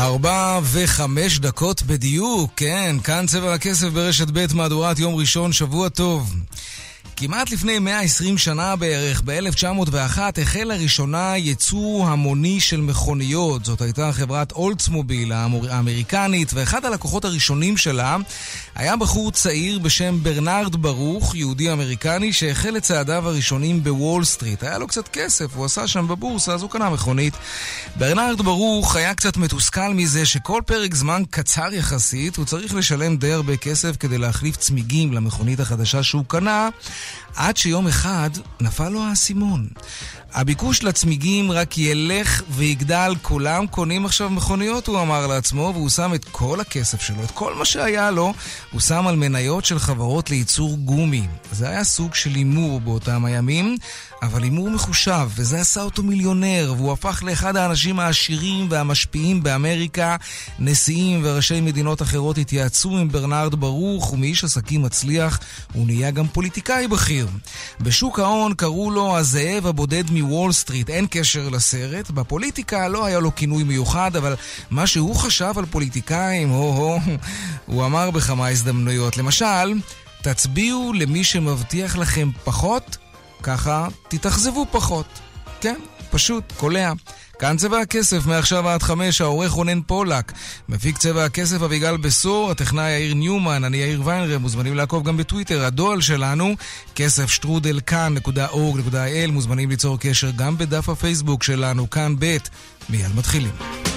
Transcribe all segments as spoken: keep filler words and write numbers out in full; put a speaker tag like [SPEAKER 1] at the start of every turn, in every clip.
[SPEAKER 1] ארבע וחמש דקות בדיוק, כן, כאן צבע הכסף ברשת ב' מהדורת יום ראשון, שבוע טוב. כמעט לפני מאה ועשרים שנה בערך, ב-אלף תשע מאות ואחת, החל לראשונה ייצור המוני של מכוניות. זאת הייתה חברת אולדסמוביל האמריקנית, ואחד הלקוחות הראשונים שלה היה בחור צעיר בשם ברנרד ברוך, יהודי אמריקני, שהחל את צעדיו הראשונים בוול סטריט. היה לו קצת כסף, הוא עשה שם בבורסה, אז הוא קנה מכונית. ברנרד ברוך היה קצת מתוסכל מזה שכל פרק זמן קצר יחסית, הוא צריך לשלם די הרבה כסף כדי להחליף צמיגים למכונית החדשה שהוא קנה, עד שיום אחד נפל לו האסימון. הביקוש לצמיגים רק ילך ויגדל, כולם קונים עכשיו מכוניות, הוא אמר לעצמו, והוא שם את כל הכסף שלו, את כל מה שהיה לו, הוא שם על מניות של חברות לייצור גומי. זה היה סוג של אימור באותם הימים, אבל אימור מחושב, וזה עשה אותו מיליונר, והוא הפך לאחד האנשים העשירים והמשפיעים באמריקה. נשיאים וראשי מדינות אחרות התייעצו עם ברנרד ברוך, ומאיש עסקים מצליח הוא נהיה גם פוליטיקאי בכיר. בשוק ההון קראו לו הזאב הבודד מוול סטריט, אין קשר לסרט. בפוליטיקה לא היה לו כינוי מיוחד, אבל מה שהוא חשב על פוליטיקאים, הו-הו, הוא אמר בכמה הזדמנויות. למשל, תצביעו למי שמבטיח לכם פחות, ככה תתאכזבו פחות. כן, פשוט, קולע. כאן צבע הכסף, מעכשיו עד חמש, העורך רונן פולק, מפיק צבע הכסף אביגל בסור, הטכנאי יאיר ניומן, אני יאיר ויינרב, מוזמנים לעקוב גם בטוויטר, הדואל שלנו, כסף שטרודל כאן נקודה אורג נקודה איי אל, מוזמנים ליצור קשר גם בדף הפייסבוק שלנו, כאן ב'. מיד מתחילים.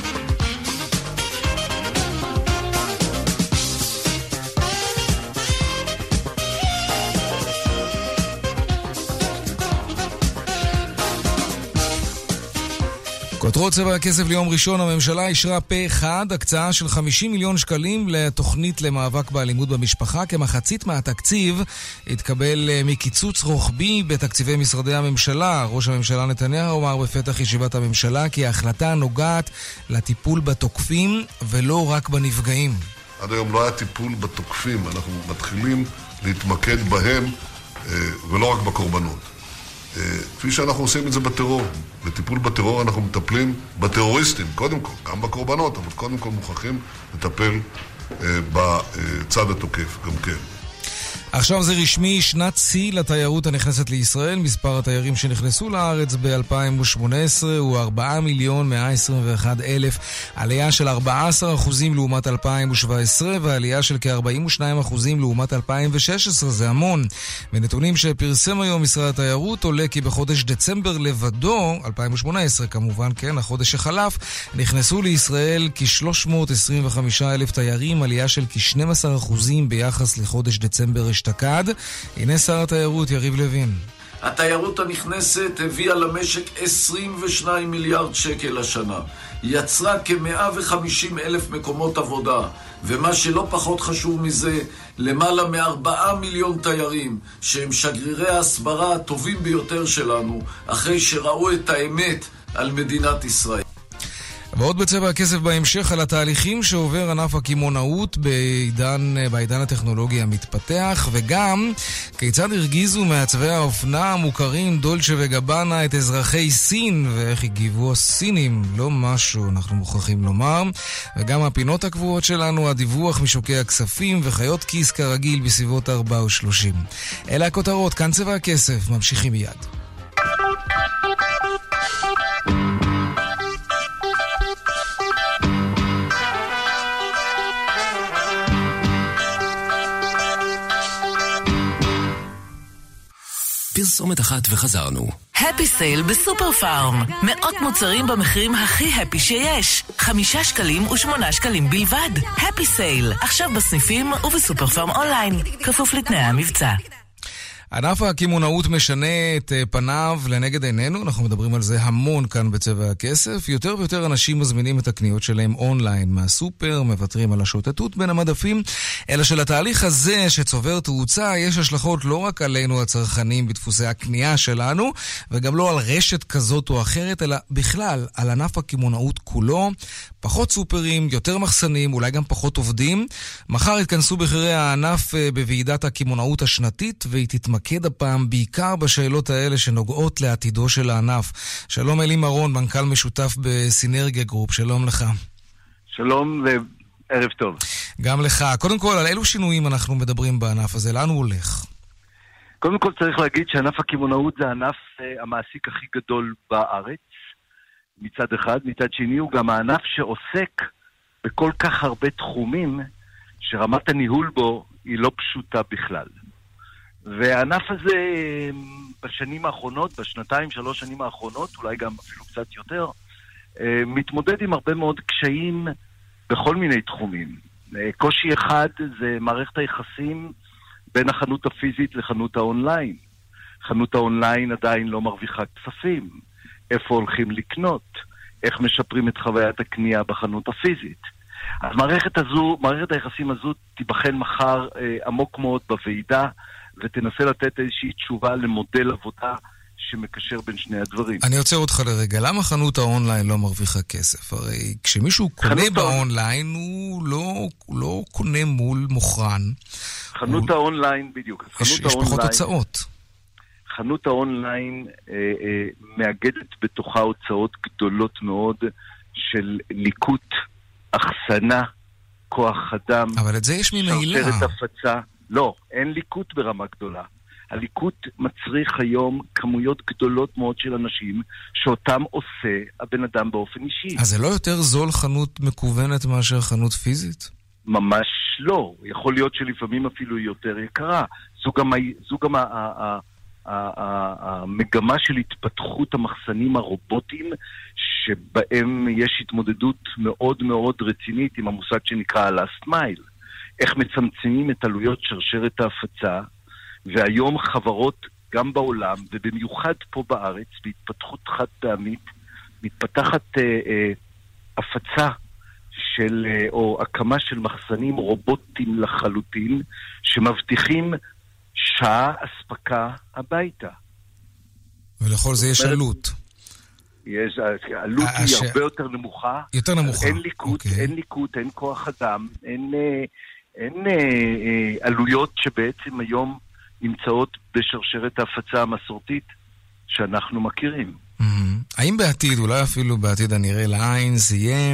[SPEAKER 1] כותרות צבע הכסף ליום ראשון, הממשלה אישרה פה אחד הקצאה של חמישים מיליון שקלים לתוכנית למאבק באלימות במשפחה. כמחצית מהתקציב התקבל מקיצוץ רוחבי בתקציבי משרדי הממשלה. ראש הממשלה נתניהו אמר בפתח ישיבת הממשלה כי ההחלטה נוגעת לטיפול בתוקפים ולא רק בנפגעים.
[SPEAKER 2] עד היום לא היה טיפול בתוקפים, אנחנו מתחילים להתמקד בהם ולא רק בקורבנות. כפי שאנחנו עושים את זה בטרור. בטיפול בטרור אנחנו מטפלים בטרוריסטים, קודם כל, גם בקורבנות, אבל קודם כל מוכרחים לטפל בצד התוקף, גם כן.
[SPEAKER 1] עכשיו זה רשמי, שנת שיא לתיירות הנכנסת לישראל. מספר התיירים שנכנסו לארץ ב-אלפיים ושמונה עשרה הוא ארבעה מיליון מאה עשרים ואחת אלף, עלייה של ארבעה עשר אחוזים לעומת אלפיים שבע עשרה, ועלייה של כ-ארבעים ושניים אחוזים לעומת אלפיים ושש עשרה, זה המון. בנתונים שפרסם היום משרד התיירות עולה כי בחודש דצמבר לבדו, אלפיים ושמונה עשרה כמובן, כן, החודש שחלף, נכנסו לישראל כ-שלוש מאות עשרים וחמישה אלף תיירים, עלייה של כ-שנים עשר אחוזים ביחס לחודש דצמבר אשתקד. הנה שר התיירות יריב לוין.
[SPEAKER 3] התיירות הנכנסת הביאה למשק עשרים ושניים מיליארד שקל השנה. יצרה כ-מאה וחמישים אלף מקומות עבודה. ומה שלא פחות חשוב מזה, למעלה מארבעה מיליון תיירים, שהם שגרירי ההסברה הטובים ביותר שלנו, אחרי שראו את האמת על מדינת ישראל.
[SPEAKER 1] ועוד בצבע הכסף בהמשך על התהליכים שעובר ענף הכימונאות בעידן, בעידן הטכנולוגי המתפתח, וגם כיצד הרגיזו מעצבי האופנה המוכרים דולצ'ה וגבאנה את אזרחי סין, ואיך הגיבו הסינים, לא משהו אנחנו מוכרחים לומר. וגם הפינות הקבועות שלנו, הדיווח משוקי הכספים וחיות כיס כרגיל בסביבות ארבע ושלושים. אלה הכותרות, כאן צבע הכסף, ממשיכים מיד.
[SPEAKER 4] פרסומת אחת וחזרנו.
[SPEAKER 5] הפי סייל בסופר פארם. מאות מוצרים במחירים הכי הפי שיש. חמישה שקלים ושמונה שקלים בלבד. הפי סייל. עכשיו בסניפים ובסופר פארם אונליין. כפוף לתנאי המבצע.
[SPEAKER 1] ענף הכימונאות משנה את פניו לנגד עינינו, אנחנו מדברים על זה המון כאן בצבע הכסף. יותר ויותר אנשים מזמינים את הקניות שלהם אונליין מהסופר, מוותרים על השוטטות בין המדפים, אלא שלתהליך הזה שצובר תאוצה יש השלכות לא רק עלינו הצרכנים בדפוסי הקנייה שלנו, וגם לא על רשת כזאת או אחרת, אלא בכלל על ענף הכימונאות כולו. פחות סופרים, יותר מחסנים, אולי גם פחות עובדים. מחר התכנסו בחירי הענף בוועידת הכימונאות השנתית, והיא תתמקד הפעם בעיקר בשאלות האלה שנוגעות לעתידו של הענף. שלום אלי מרון, מנכ"ל משותף בסינרגיה גרופ, שלום לך.
[SPEAKER 6] שלום וערב טוב.
[SPEAKER 1] גם לך. קודם כל, על אילו שינויים אנחנו מדברים בענף הזה? לאן הוא הולך?
[SPEAKER 6] קודם כל צריך להגיד שענף הקמעונאות זה הענף המעסיק הכי גדול בארץ, מצד אחד. מצד שני הוא גם הענף שעוסק בכל כך הרבה תחומים, שרמת הניהול בו היא לא פשוטה בכלל. והענף הזה בשנים האחרונות, בשנתיים, שלוש שנים האחרונות, אולי גם אפילו קצת יותר, מתמודד עם הרבה מאוד קשיים בכל מיני תחומים. קושי אחד זה מערכת היחסים בין החנות הפיזית לחנות האונליין. חנות האונליין עדיין לא מרוויחה כספים. איפה הולכים לקנות? איך משפרים את חוויית הקנייה בחנות הפיזית? אז מערכת הזו, מערכת היחסים הזו תיבחן מחר אה, עמוק מאוד בוועידה, ותנסה לתת איזושהי תשובה למודל עבודה שמקשר בין שני הדברים.
[SPEAKER 1] אני עוצר אותך לרגע. למה חנות האונליין לא מרוויחה כסף? הרי כשמישהו קונה באונליין, הוא לא, הוא לא קונה מול מוכרן.
[SPEAKER 6] חנות הוא... האונליין, בדיוק.
[SPEAKER 1] יש,
[SPEAKER 6] חנות
[SPEAKER 1] יש
[SPEAKER 6] האונליין,
[SPEAKER 1] פחות הוצאות.
[SPEAKER 6] חנות האונליין אה, אה, מאגדת בתוכה הוצאות גדולות מאוד של ליקוט, אחסנה, כוח אדם.
[SPEAKER 1] אבל את זה יש ממילא.
[SPEAKER 6] שרשרת הפצה. לא, אין ליקוט ברמה גדולה. הליקוט מצריך היום כמויות גדולות מאוד של אנשים, שאותם עושה הבן אדם באופן אישי.
[SPEAKER 1] אז זה לא יותר זול חנות מקוונת מאשר חנות פיזית?
[SPEAKER 6] ממש לא. יכול להיות שלפעמים אפילו היא יותר יקרה. זו גם, זו גם ה, ה, ה, ה, ה, המגמה של התפתחות המחסנים הרובוטיים, שבהם יש התמודדות מאוד מאוד רצינית עם המושג שנקרא last mile. איך מצמצמים את עלויות שרשרת ההפצה, והיום חברות גם בעולם, ובמיוחד פה בארץ, בהתפתחות חד פעמית, מתפתחת אה, אה, הפצה של, אה, או הקמה של מחסנים רובוטיים לחלוטין, שמבטיחים שעה אספקה הביתה.
[SPEAKER 1] ולכל זה יש עלות.
[SPEAKER 6] יש, העלות היא הרבה יותר נמוכה.
[SPEAKER 1] יותר נמוכה.
[SPEAKER 6] אין ליקוט, אין ליקוט, אין כוח אדם, אין, אין אה, אה, עלויות שבעצם היום נמצאות בשרשרת ההפצה המסורתית שאנחנו מכירים.
[SPEAKER 1] Mm-hmm. האם בעתיד, אולי אפילו בעתיד הנראה לעין, זה יהיה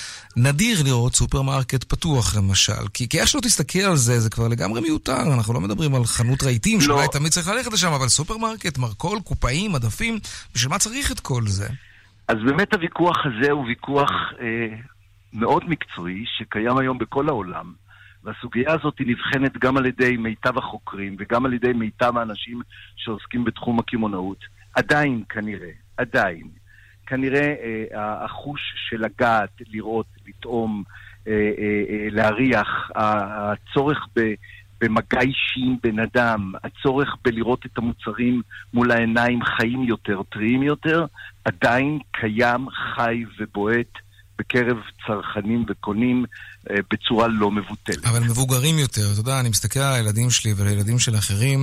[SPEAKER 1] נדיר לראות סופרמרקט פתוח למשל? כי, כי איך שלא תסתכל על זה, זה כבר לגמרי מיותר. אנחנו לא מדברים על חנות רהיטים, לא. שאולי תמיד צריך ללכת לשם, אבל סופרמרקט, מרכול, קופאים, עדפים, בשביל מה צריך את כל זה?
[SPEAKER 6] אז באמת הוויכוח הזה הוא ויכוח אה, מאוד מקצועי, שקיים היום בכל העולם. והסוגיה הזאת היא נבחנת גם על ידי מיטב החוקרים וגם על ידי מיטב האנשים שעוסקים בתחום הקמעונאות. עדיין כנראה, עדיין, כנראה אה, החוש של לגעת, לראות, לטעום, אה, אה, להריח, הצורך ב, במגע אישי עם בן אדם, הצורך בלראות את המוצרים מול העיניים חיים יותר, טריים יותר, עדיין קיים, חי ובועט בקרב צרכנים וקונים אה, בצורה לא מבוטלת.
[SPEAKER 1] אבל מבוגרים יותר, אתה יודע, אני מסתכל על הילדים שלי ועל הילדים של אחרים,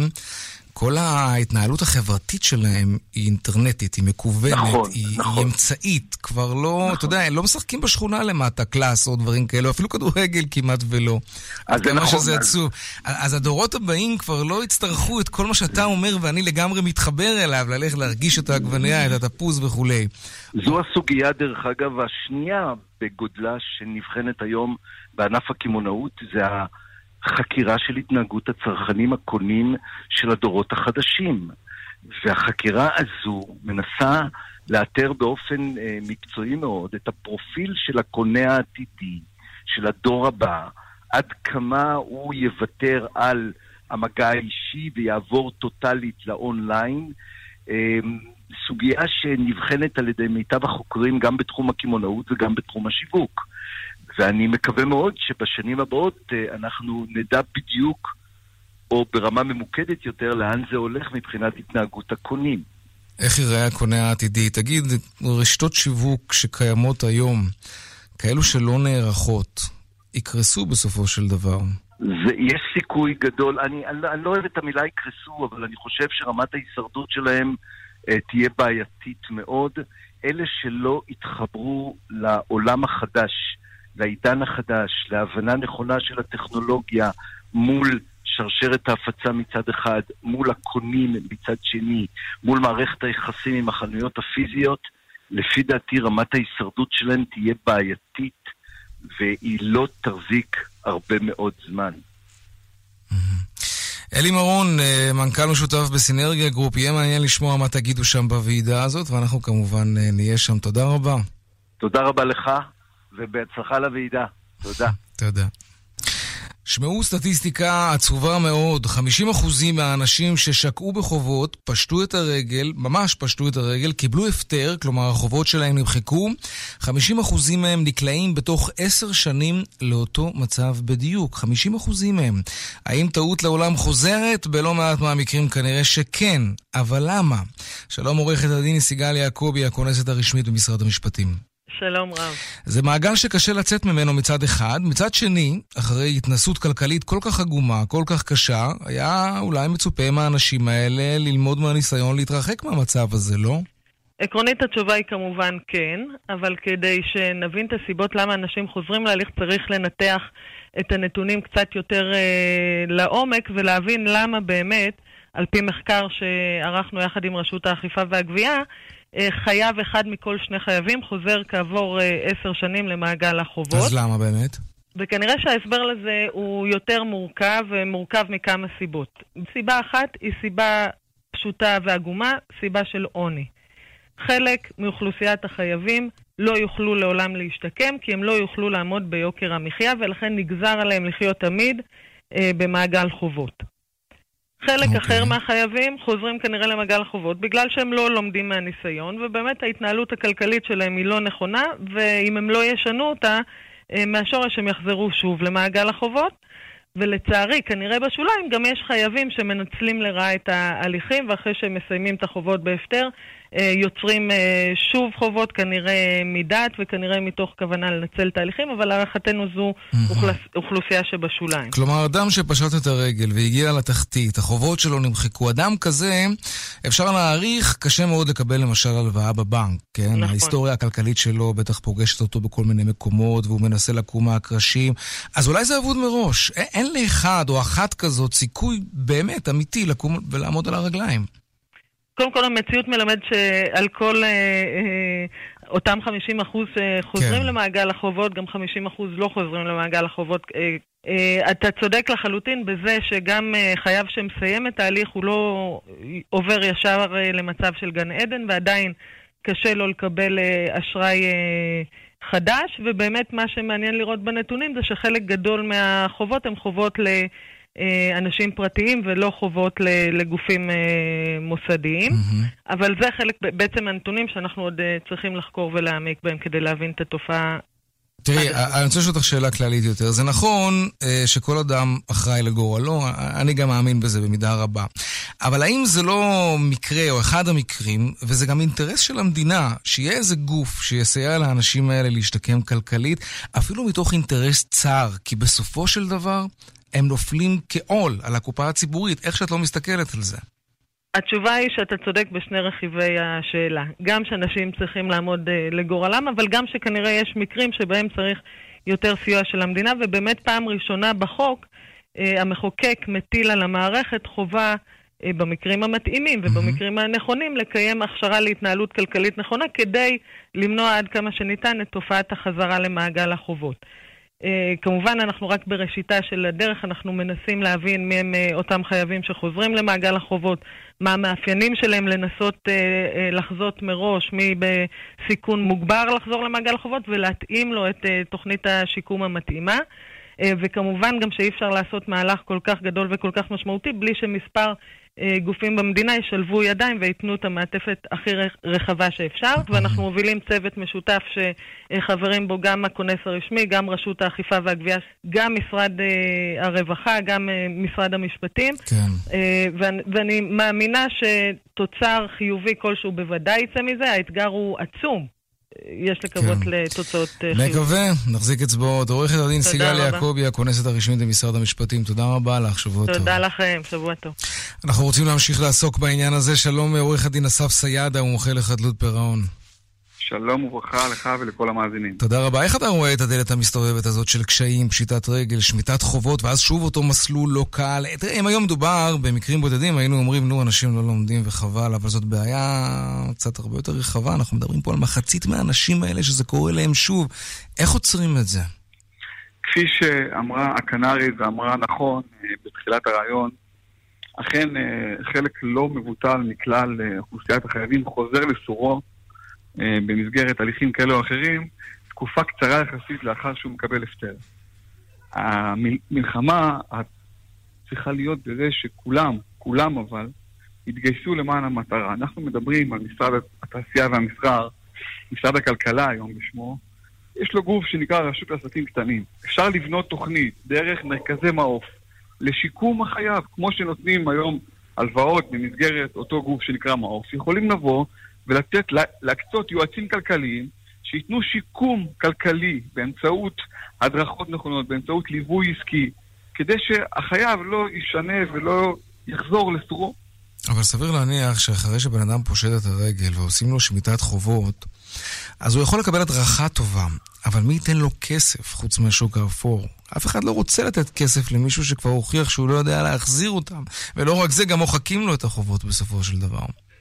[SPEAKER 1] כל ההתנהלות החברתית שלהם היא אינטרנטית, היא מקוונת,
[SPEAKER 6] נכון,
[SPEAKER 1] היא,
[SPEAKER 6] נכון.
[SPEAKER 1] היא אמצעית, כבר לא, נכון. אתה יודע, לא משחקים בשכונה למטה, קלאס או דברים כאלו, אפילו כדורגל כמעט ולא.
[SPEAKER 6] אז זה נכון.
[SPEAKER 1] שזה עצוב. אז הדורות הבאים כבר לא יצטרכו את כל מה שאתה אומר, ואני לגמרי מתחבר אליו, ללכת להרגיש את העגבניה, את התפוז וכולי.
[SPEAKER 6] זו הסוגיה, דרך אגב, השנייה בגודלה שנבחנת היום בענף הקמעונאות, זה החקירה של התנהגות הצרכנים הקונים של הדורות החדשים. והחקירה הזו מנסה לאתר באופן אה, מקצועי מאוד את הפרופיל של הקונה העתידי, של הדור הבא, עד כמה הוא יוותר על המגע האישי ויעבור טוטלית לאונליין, אה, סוגיה שנבחנת על ידי מיטב החוקרים גם בתחום הקמעונאות וגם בתחום השיווק. ואני מקווה מאוד שבשנים הבאות אנחנו נדע בדיוק, או ברמה ממוקדת יותר, לאן זה הולך מבחינת התנהגות הקונים.
[SPEAKER 1] איך יראה הקונה העתידי? תגיד, רשתות שיווק שקיימות היום, כאלו שלא נערכות, יקרסו בסופו של דבר?
[SPEAKER 6] זה, יש סיכוי גדול. אני, אני, אני לא אוהב את המילה יקרסו, אבל אני חושב שרמת ההישרדות שלהם אה, תהיה בעייתית מאוד. אלה שלא התחברו לעולם החדש, לעידן החדש, להבנה נכונה של הטכנולוגיה מול שרשרת ההפצה מצד אחד, מול הקונים מצד שני, מול מערכת היחסים עם החנויות הפיזיות, לפי דעתי רמת ההישרדות שלהם תהיה בעייתית והיא לא תחזיק הרבה מאוד זמן.
[SPEAKER 1] אלי מרון, מנכ"ל משותף בסינרגיה גרופ, יהיה מעניין לשמוע מה תגידו שם בוועידה הזאת, ואנחנו כמובן נהיה שם. תודה רבה.
[SPEAKER 6] תודה רבה לך, ובהצלחה לוועידה. תודה.
[SPEAKER 1] תודה. שמעו סטטיסטיקה עצובה מאוד, חמישים אחוזים מהאנשים ששקעו בחובות, פשטו את הרגל, ממש פשטו את הרגל, קיבלו הפטר, כלומר החובות שלהם נמחקו, חמישים אחוזים מהם נקלעים בתוך עשר שנים לאותו מצב בדיוק, חמישים אחוזים מהם. האם טעות לעולם חוזרת? בלא מעט מהמקרים כנראה שכן, אבל למה? שלום עורכת הדין סיגל יעקבי, הכונסת הרשמית במשרד המשפטים.
[SPEAKER 7] שלום רב.
[SPEAKER 1] זה מעגל שקשה לצאת ממנו מצד אחד, מצד שני, אחרי התנסות כלכלית כל כך עגומה, כל כך קשה, היה אולי מצופה מהאנשים האלה ללמוד מהניסיון להתרחק מהמצב הזה, לא?
[SPEAKER 7] עקרונית התשובה היא כמובן כן, אבל כדי שנבין את הסיבות למה אנשים חוזרים להליך צריך לנתח את הנתונים קצת יותר אה, לעומק ולהבין למה באמת, על פי מחקר שערכנו יחד עם רשות האכיפה והגבייה, חייב אחד מכל שני חייבים חוזר כעבור עשר שנים למעגל החובות.
[SPEAKER 1] אז למה באמת?
[SPEAKER 7] וכנראה שההסבר לזה הוא יותר מורכב, ומורכב מכמה סיבות. סיבה אחת היא סיבה פשוטה ועגומה, סיבה של עוני. חלק מאוכלוסיית החייבים לא יוכלו לעולם להשתקם, כי הם לא יוכלו לעמוד ביוקר המחיה, ולכן נגזר עליהם לחיות תמיד אה, במעגל חובות. חלק okay. אחר מהחייבים חוזרים כנראה למעגל החובות בגלל שהם לא לומדים מהניסיון, ובאמת ההתנהלות הכלכלית שלהם היא לא נכונה, ואם הם לא ישנו אותה, מהשורש הם יחזרו שוב למעגל החובות. ולצערי, כנראה בשוליים, גם יש חייבים שמנצלים לרעה את ההליכים, ואחרי שהם מסיימים את החובות בהפטר, יוצרים שוב חובות כנראה מדעת, וכנראה מתוך כוונה לנצל את ההליכים, אבל הערכתנו זו אוכלוסייה שבשוליים.
[SPEAKER 1] כלומר, אדם שפשט את הרגל והגיע לתחתית, החובות שלו נמחקו, אדם כזה, אפשר להעריך, קשה מאוד לקבל למשל הלוואה בבנק, כן? נכון. ההיסטוריה הכלכלית שלו בטח פוגשת אותו בכל מיני מקומות, והוא מנסה לקום מהקרשים, אז אולי זה עבוד מראש. אין לאחד או אחת כזאת סיכוי באמת אמיתי לקום ולעמוד על הרגליים.
[SPEAKER 7] קודם כל המציאות מלמד שעל כל אה, אה, אותם חמישים אחוז חוזרים כן. למעגל החובות, גם חמישים אחוז לא חוזרים למעגל החובות. אה, אה, אתה צודק לחלוטין בזה שגם אה, חייב שמסיים את ההליך הוא לא עובר ישר אה, למצב של גן עדן, ועדיין קשה לו לקבל אה, אשראי אה, חדש, ובאמת מה שמעניין לראות בנתונים זה שחלק גדול מהחובות הם חובות ל... אנשים פרטיים ולא חובות לגופים מוסדיים, mm-hmm. אבל זה חלק בעצם הנתונים שאנחנו עוד צריכים לחקור ולהעמיק בהם כדי להבין את התופעה.
[SPEAKER 1] תראי, אני רוצה לשאול אותך שאלה כללית יותר. זה נכון שכל אדם אחראי לגורלו, אני גם מאמין בזה במידה רבה. אבל האם זה לא מקרה או אחד המקרים, וזה גם אינטרס של המדינה, שיהיה איזה גוף שיסייע לאנשים האלה להשתקם כלכלית, אפילו מתוך אינטרס צר, כי בסופו של דבר הם נופלים כעול על הקופה הציבורית. איך שאת לא מסתכלת על זה?
[SPEAKER 7] התשובה היא שאתה צודק בשני רכיבי השאלה. גם שאנשים צריכים לעמוד לגורלם, אבל גם שכנראה יש מקרים שבהם צריך יותר סיוע של המדינה, ובאמת פעם ראשונה בחוק המחוקק מטיל על המערכת חובה במקרים המתאימים ובמקרים הנכונים לקיים הכשרה להתנהלות כלכלית נכונה, כדי למנוע עד כמה שניתן את תופעת החזרה למעגל החובות. Uh, כמובן אנחנו רק בראשיתה של הדרך, אנחנו מנסים להבין מי הם uh, אותם חייבים שחוזרים למעגל החובות, מה המאפיינים שלהם, לנסות uh, uh, לחזות מראש מי בסיכון מוגבר לחזור למעגל החובות ולהתאים לו את uh, תוכנית השיקום המתאימה, uh, וכמובן גם שאי אפשר לעשות מהלך כל כך גדול וכל כך משמעותי בלי שמספר uh, גופים במדינה ישלבו ידיים ויתנו את המעטפת הכי רחבה שאפשר, ואנחנו מובילים צוות משותף שחברים בו גם הכונס הרשמי, גם רשות האכיפה והגבייה, גם משרד uh, הרווחה, גם uh, משרד המשפטים, כן. uh, ואני, ואני מאמינה שתוצר חיובי כלשהו בוודאי יצא מזה. האתגר הוא עצום, יש לקוות כן. לתוצאות חיוביות.
[SPEAKER 1] מקווה, נחזיק אצבעות. עורכת הדין סיגל יעקבי, הכונסת הרשמית במשרד המשפטים, תודה רבה לך, שבוע טוב.
[SPEAKER 7] תודה לכם, שבוע טוב.
[SPEAKER 1] אנחנו רוצים להמשיך לעסוק בעניין הזה. שלום עורך הדין אסף סיידה, הוא מומחה לחדלות פירעון.
[SPEAKER 8] שלום וברכה לך ולכל המאזינים.
[SPEAKER 1] תודה רבה. איך אתה רואה את הדלת המסתובבת הזאת של קשיים, פשיטת רגל, שמיטת חובות, ואז שוב אותו מסלול לא קל? תראה, אם היום מדובר במקרים בודדים, היינו אומרים, נו, אנשים לא לומדים וחבל, אבל זאת בעיה קצת הרבה יותר רחבה. אנחנו מדברים פה על מחצית מהאנשים האלה שזה קורה להם שוב. איך עוצרים את זה?
[SPEAKER 8] כפי שאמרה הקנרית ואמרה נכון בתחילת הרעיון, אכן חלק לא מבוטל מכלל אוכלוסיית החייבים חוזר לסורו במסגרת הליכים כאלה או אחרים, תקופה קצרה יחסית לאחר שהוא מקבל הפטר. המלחמה צריכה להיות בזה שכולם, כולם אבל, התגייסו למען המטרה. אנחנו מדברים על משרד התעשייה והמסחר, משרד הכלכלה היום בשמו, יש לו גוף שנקרא רשות לעסקים קטנים. אפשר לבנות תוכנית דרך מרכזי מעוף לשיקום החייב, כמו שנותנים היום הלוואות במסגרת אותו גוף שנקרא מעוף. יכולים לבוא ולתת, להקצות יועצים כלכליים שיתנו שיקום כלכלי באמצעות הדרכות נכונות, באמצעות ליווי עסקי, כדי שהחייב לא ישנה ולא יחזור לסורו.
[SPEAKER 1] אבל סביר להניח שאחרי שבן אדם פושט את הרגל ועושים לו שמיטת חובות, אז הוא יכול לקבל הדרכה טובה, אבל מי ייתן לו כסף חוץ מהשוק האפור? אף אחד לא רוצה לתת כסף למישהו שכבר הוכיח שהוא לא יודע להחזיר אותם, ולא רק זה, גם מוחקים לו את החובות בסופו של דבר.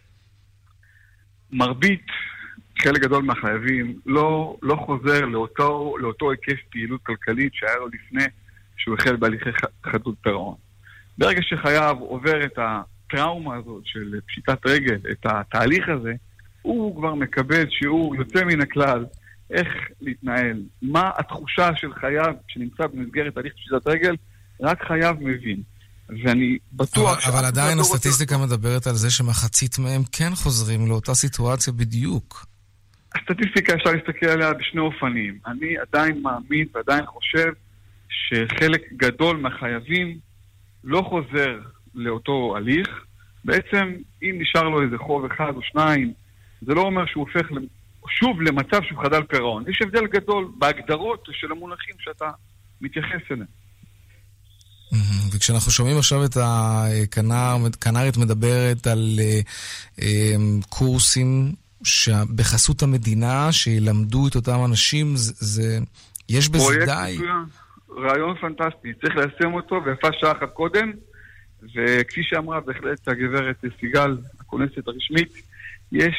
[SPEAKER 8] מרבית, חלק גדול מהחייבים, לא, לא חוזר לאותו, לאותו היקף פעילות כלכלית שהיה לו לפני שהוא החל בהליכי חדלות פירעון. ברגע שחייב עובר את הטראומה הזאת של פשיטת רגל, את התהליך הזה, הוא כבר מקבל שיעור יוצא מן הכלל איך להתנהל. מה התחושה של חייב שנמצא במסגרת תהליך פשיטת רגל, רק חייב מבין. ואני בטוח...
[SPEAKER 1] אבל, אבל עדיין הסטטיסטיקה רוצה... מדברת על זה שמחצית מהם כן חוזרים לאותה סיטואציה בדיוק.
[SPEAKER 8] הסטטיסטיקה אפשר להסתכל עליה בשני אופנים. אני עדיין מאמין ועדיין חושב שחלק גדול מהחייבים לא חוזר לאותו הליך. בעצם אם נשאר לו איזה חוב אחד או שניים, זה לא אומר שהוא הופך שוב למצב שהוא חדל פירעון. יש הבדל גדול בהגדרות של המונחים שאתה מתייחס אליהם.
[SPEAKER 1] וכשאנחנו שומעים עכשיו את הקנרית מדברת על קורסים בחסות המדינה שילמדו את אותם אנשים, זה, יש בזה די?
[SPEAKER 8] רעיון פנטסטי, צריך ליישם אותו, ויפה שעה אחת קודם, וכפי שאמרה בהחלט הגברת סיגל, הכונסת הרשמית, יש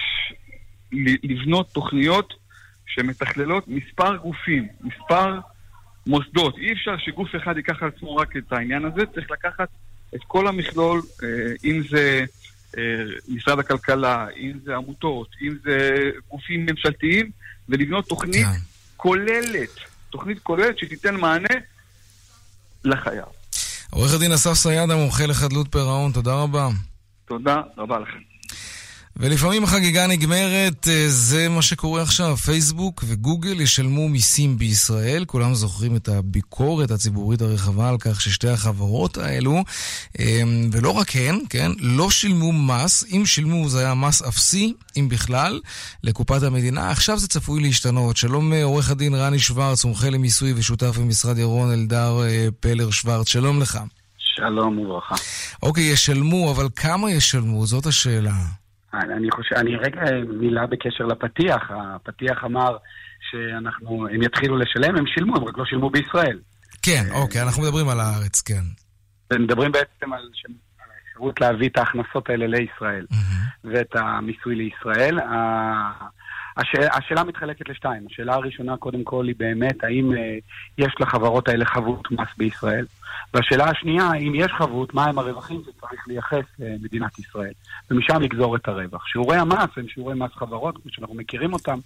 [SPEAKER 8] לבנות תוכניות שמתכללות מספר גופים, מספר מוסדות. אי אפשר שגוף אחד ייקח על עצמו רק את העניין הזה, צריך לקחת את כל המכלול, אם זה משרד הכלכלה, אם זה עמותות, אם זה גופים ממשלתיים, ולבנות תוכנית כוללת, תוכנית כוללת שתיתן מענה לחייב.
[SPEAKER 1] עורך הדין אסף סיידה, מומחה לחדלות פירעון, תודה רבה.
[SPEAKER 8] תודה רבה לכם.
[SPEAKER 1] ולפעמים החגיגה נגמרת, זה מה שקורה עכשיו. פייסבוק וגוגל ישלמו מיסים בישראל. כולם זוכרים את הביקורת הציבורית הרחבה על כך ששתי החברות האלו, ולא רק הן, כן, לא שילמו מס. אם שילמו זה היה מס אפסי, אם בכלל, לקופת המדינה. עכשיו זה צפוי להשתנות. שלום עורך הדין רני שוורץ, מומחה למיסוי ושותף במשרד ירון אלדר פלר שוורץ. שלום לך.
[SPEAKER 9] שלום וברכה.
[SPEAKER 1] אוקיי, ישלמו, אבל כמה ישלמו? זאת השאלה.
[SPEAKER 9] אני חושב, אני רגע מילה בקשר לפתיח. הפתיח אמר שאנחנו, הם יתחילו לשלם, הם שילמו, הם רק לא שילמו בישראל.
[SPEAKER 1] כן, אוקיי, אנחנו מדברים על הארץ, כן.
[SPEAKER 9] מדברים בעצם על האפשרות להביא את ההכנסות האלה לישראל, ואת המיסוי לישראל. השאלה מתחלקת לשתיים. השאלה הראשונה, קודם כל, היא באמת, האם יש לחברות האלה חבות מס בישראל? והשאלה השנייה, האם יש חבות, מה הם הרווחים שצריך לייחס למדינת ישראל? ומשם לגזור את הרווח. שיעורי המס הם שיעורי מס חברות, כמו שאנחנו מכירים אותם,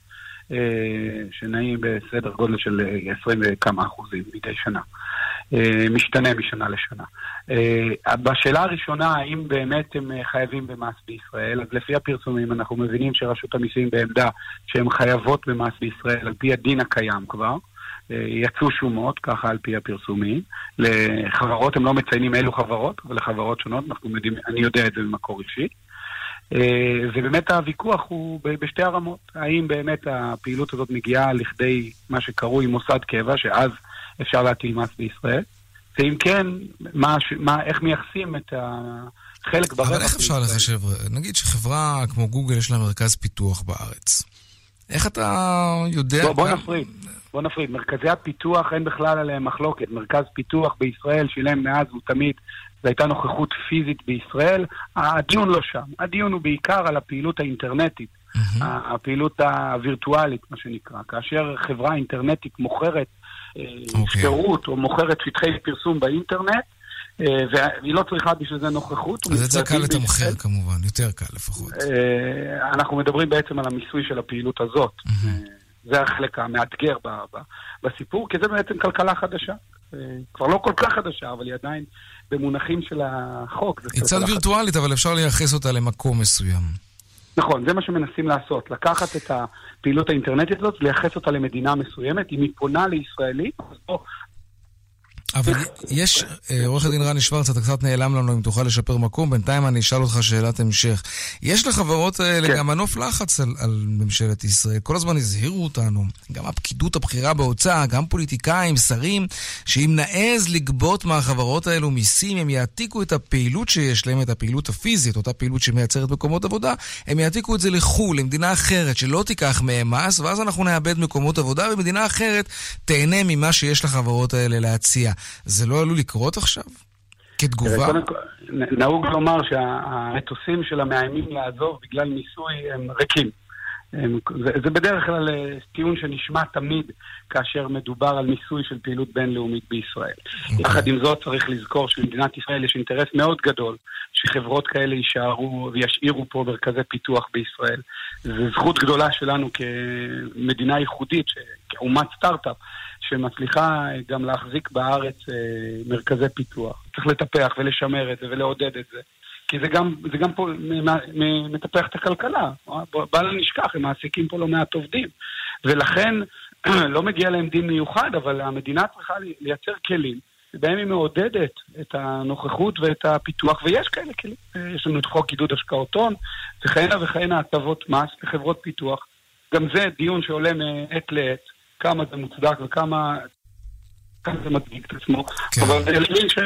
[SPEAKER 9] שנעים בסדר גודל של עשרים וכמה אחוזים מדי שנה. משתנה משנה לשנה. בשאלה הראשונה, האם באמת הם חייבים במס בישראל? אז לפי הפרסומים אנחנו מבינים שרשות המיסים בעמדה שהם חייבות במס בישראל על פי הדין הקיים כבר. יצאו שומות, ככה על פי הפרסומים. לחברות, הם לא מציינים אילו חברות, אבל לחברות שונות, אנחנו יודעים, אני יודע את זה במקור אישי. ובאמת הוויכוח הוא בשתי הרמות. האם באמת הפעילות הזאת מגיעה לכדי מה שקרוי מוסד קבע, שאז אפשר להטיל מס בישראל? ואם כן, מה, מה, איך מייחסים את החלק ברווח?
[SPEAKER 1] אבל איך אפשר לחשב? נגיד שחברה כמו גוגל יש לה מרכז פיתוח בארץ. איך אתה יודע...
[SPEAKER 9] בוא, בוא נפריד. בוא נפריד, מרכזי הפיתוח אין בכלל עליהם מחלוקת. מרכז פיתוח בישראל שילם מאז ותמיד, זו הייתה נוכחות פיזית בישראל. הדיון לא שם. הדיון הוא בעיקר על הפעילות האינטרנטית, mm-hmm. הפעילות הווירטואלית, מה שנקרא. כאשר חברה אינטרנטית מוכרת okay. שירות או מוכרת שטחי פרסום באינטרנט, והיא לא צריכה בשביל זה נוכחות.
[SPEAKER 1] אז את זה קל לתמחר כמובן, יותר קל לפחות.
[SPEAKER 9] אנחנו מדברים בעצם על המיסוי של הפעילות הזאת. זה החלק המאתגר בסיפור, כי זה בעצם כלכלה חדשה. כבר לא כל כך חדשה, אבל היא עדיין במונחים של החוק.
[SPEAKER 1] היא קצת וירטואלית, אבל אפשר לייחס אותה למקום מסוים.
[SPEAKER 9] נכון, זה מה שמנסים לעשות. לקחת את הפעילות האינטרנטית הזאת, לייחס אותה למדינה מסוימת, אם היא פונה לישראלי, אז בוא...
[SPEAKER 1] אבל יש, עורך הדין רני שוורץ, אתה קצת נעלם לנו אם תוכל לשפר מקום, בינתיים אני אשאל אותך שאלת המשך. יש לחברות האלה גם מנוף לחץ על, על ממשלת ישראל, כל הזמן הזהירו אותנו, גם הפקידות הבכירה בהוצאה, גם פוליטיקאים, שרים, שאם נעז לגבות מהחברות האלו מיסים, הם יעתיקו את הפעילות שיש להם, את הפעילות הפיזית, אותה פעילות שמייצרת מקומות עבודה, הם יעתיקו את זה לחול, למדינה אחרת, שלא תיקח מהם מס, ואז אנחנו נאבד מקומות עבודה, ומדינה אחרת תהנה ממה שיש לחברות האלה להציע. זה לא עלול לקרות עכשיו? כתגובה?
[SPEAKER 9] נהוג לומר שהאתוסים של המאיימים לעזוב בגלל מיסוי הם ריקים. זה בדרך כלל טיעון שנשמע תמיד כאשר מדובר על מיסוי של פעילות בינלאומית בישראל. יחד עם זאת צריך לזכור שבמדינת ישראל יש אינטרס מאוד גדול שחברות כאלה יישארו וישאירו פה מרכזי פיתוח בישראל. זו זכות גדולה שלנו כמדינה ייחודית, כאומת סטארט-אפ, שמצליחה גם להחזיק בארץ מרכזי פיתוח. צריך לטפח ולשמר את זה ולעודד את זה. כי זה גם, זה גם פה מטפח את הכלכלה. בל נשכח, הם מעסיקים פה לא מעט עובדים. ולכן לא מגיע להם דין מיוחד, אבל המדינה צריכה לייצר כלים, שבהם היא מעודדת את הנוכחות ואת הפיתוח, ויש כאלה כלים. יש לנו את חוק עידוד השקעות הון, וכהנה וכהנה הטבות מס לחברות פיתוח. גם זה דיון שעולה מעת לעת, כמה זה מוצדק וכמה זה מדגיק את עצמו. אבל זה ילדים ש...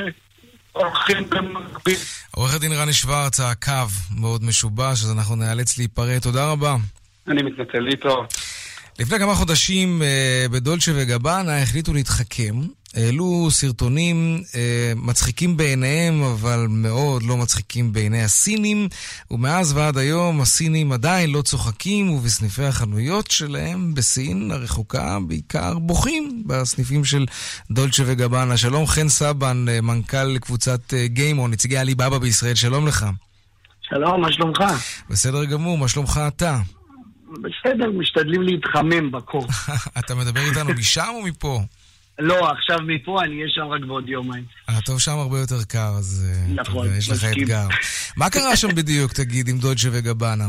[SPEAKER 1] עורך הדין רני שוורץ, הקו מאוד משובש, אז אנחנו נאלץ להיפרד. תודה רבה.
[SPEAKER 9] אני מתנצל, להתראות.
[SPEAKER 1] לפני כמה חודשים בדולצ'ה וגבאנה החליטו להתחכם. העלו סרטונים אה, מצחיקים בעיניהם, אבל מאוד לא מצחיקים בעיני הסינים, ומאז ועד היום הסינים עדיין לא צוחקים, ובסניפי החנויות שלהם בסין הרחוקה בעיקר בוכים בסניפים של דולצ'ה וגבאנה. שלום חן סבן, מנכ"ל קבוצת גיימון, נציגי עליבאבא בישראל, שלום לך.
[SPEAKER 10] שלום, מה שלומך?
[SPEAKER 1] בסדר גמור, מה שלומך אתה?
[SPEAKER 10] בסדר, משתדלים להתחמם בקור.
[SPEAKER 1] אתה מדבר איתנו משם או מפה?
[SPEAKER 10] לא, עכשיו מפה אני אהיה שם רק בעוד יומיים.
[SPEAKER 1] אה, טוב, שם הרבה יותר קר, אז
[SPEAKER 10] נכון,
[SPEAKER 1] יש לך אתגר. מה קרה שם בדיוק, תגיד, עם דולצ'ה וגבאנה?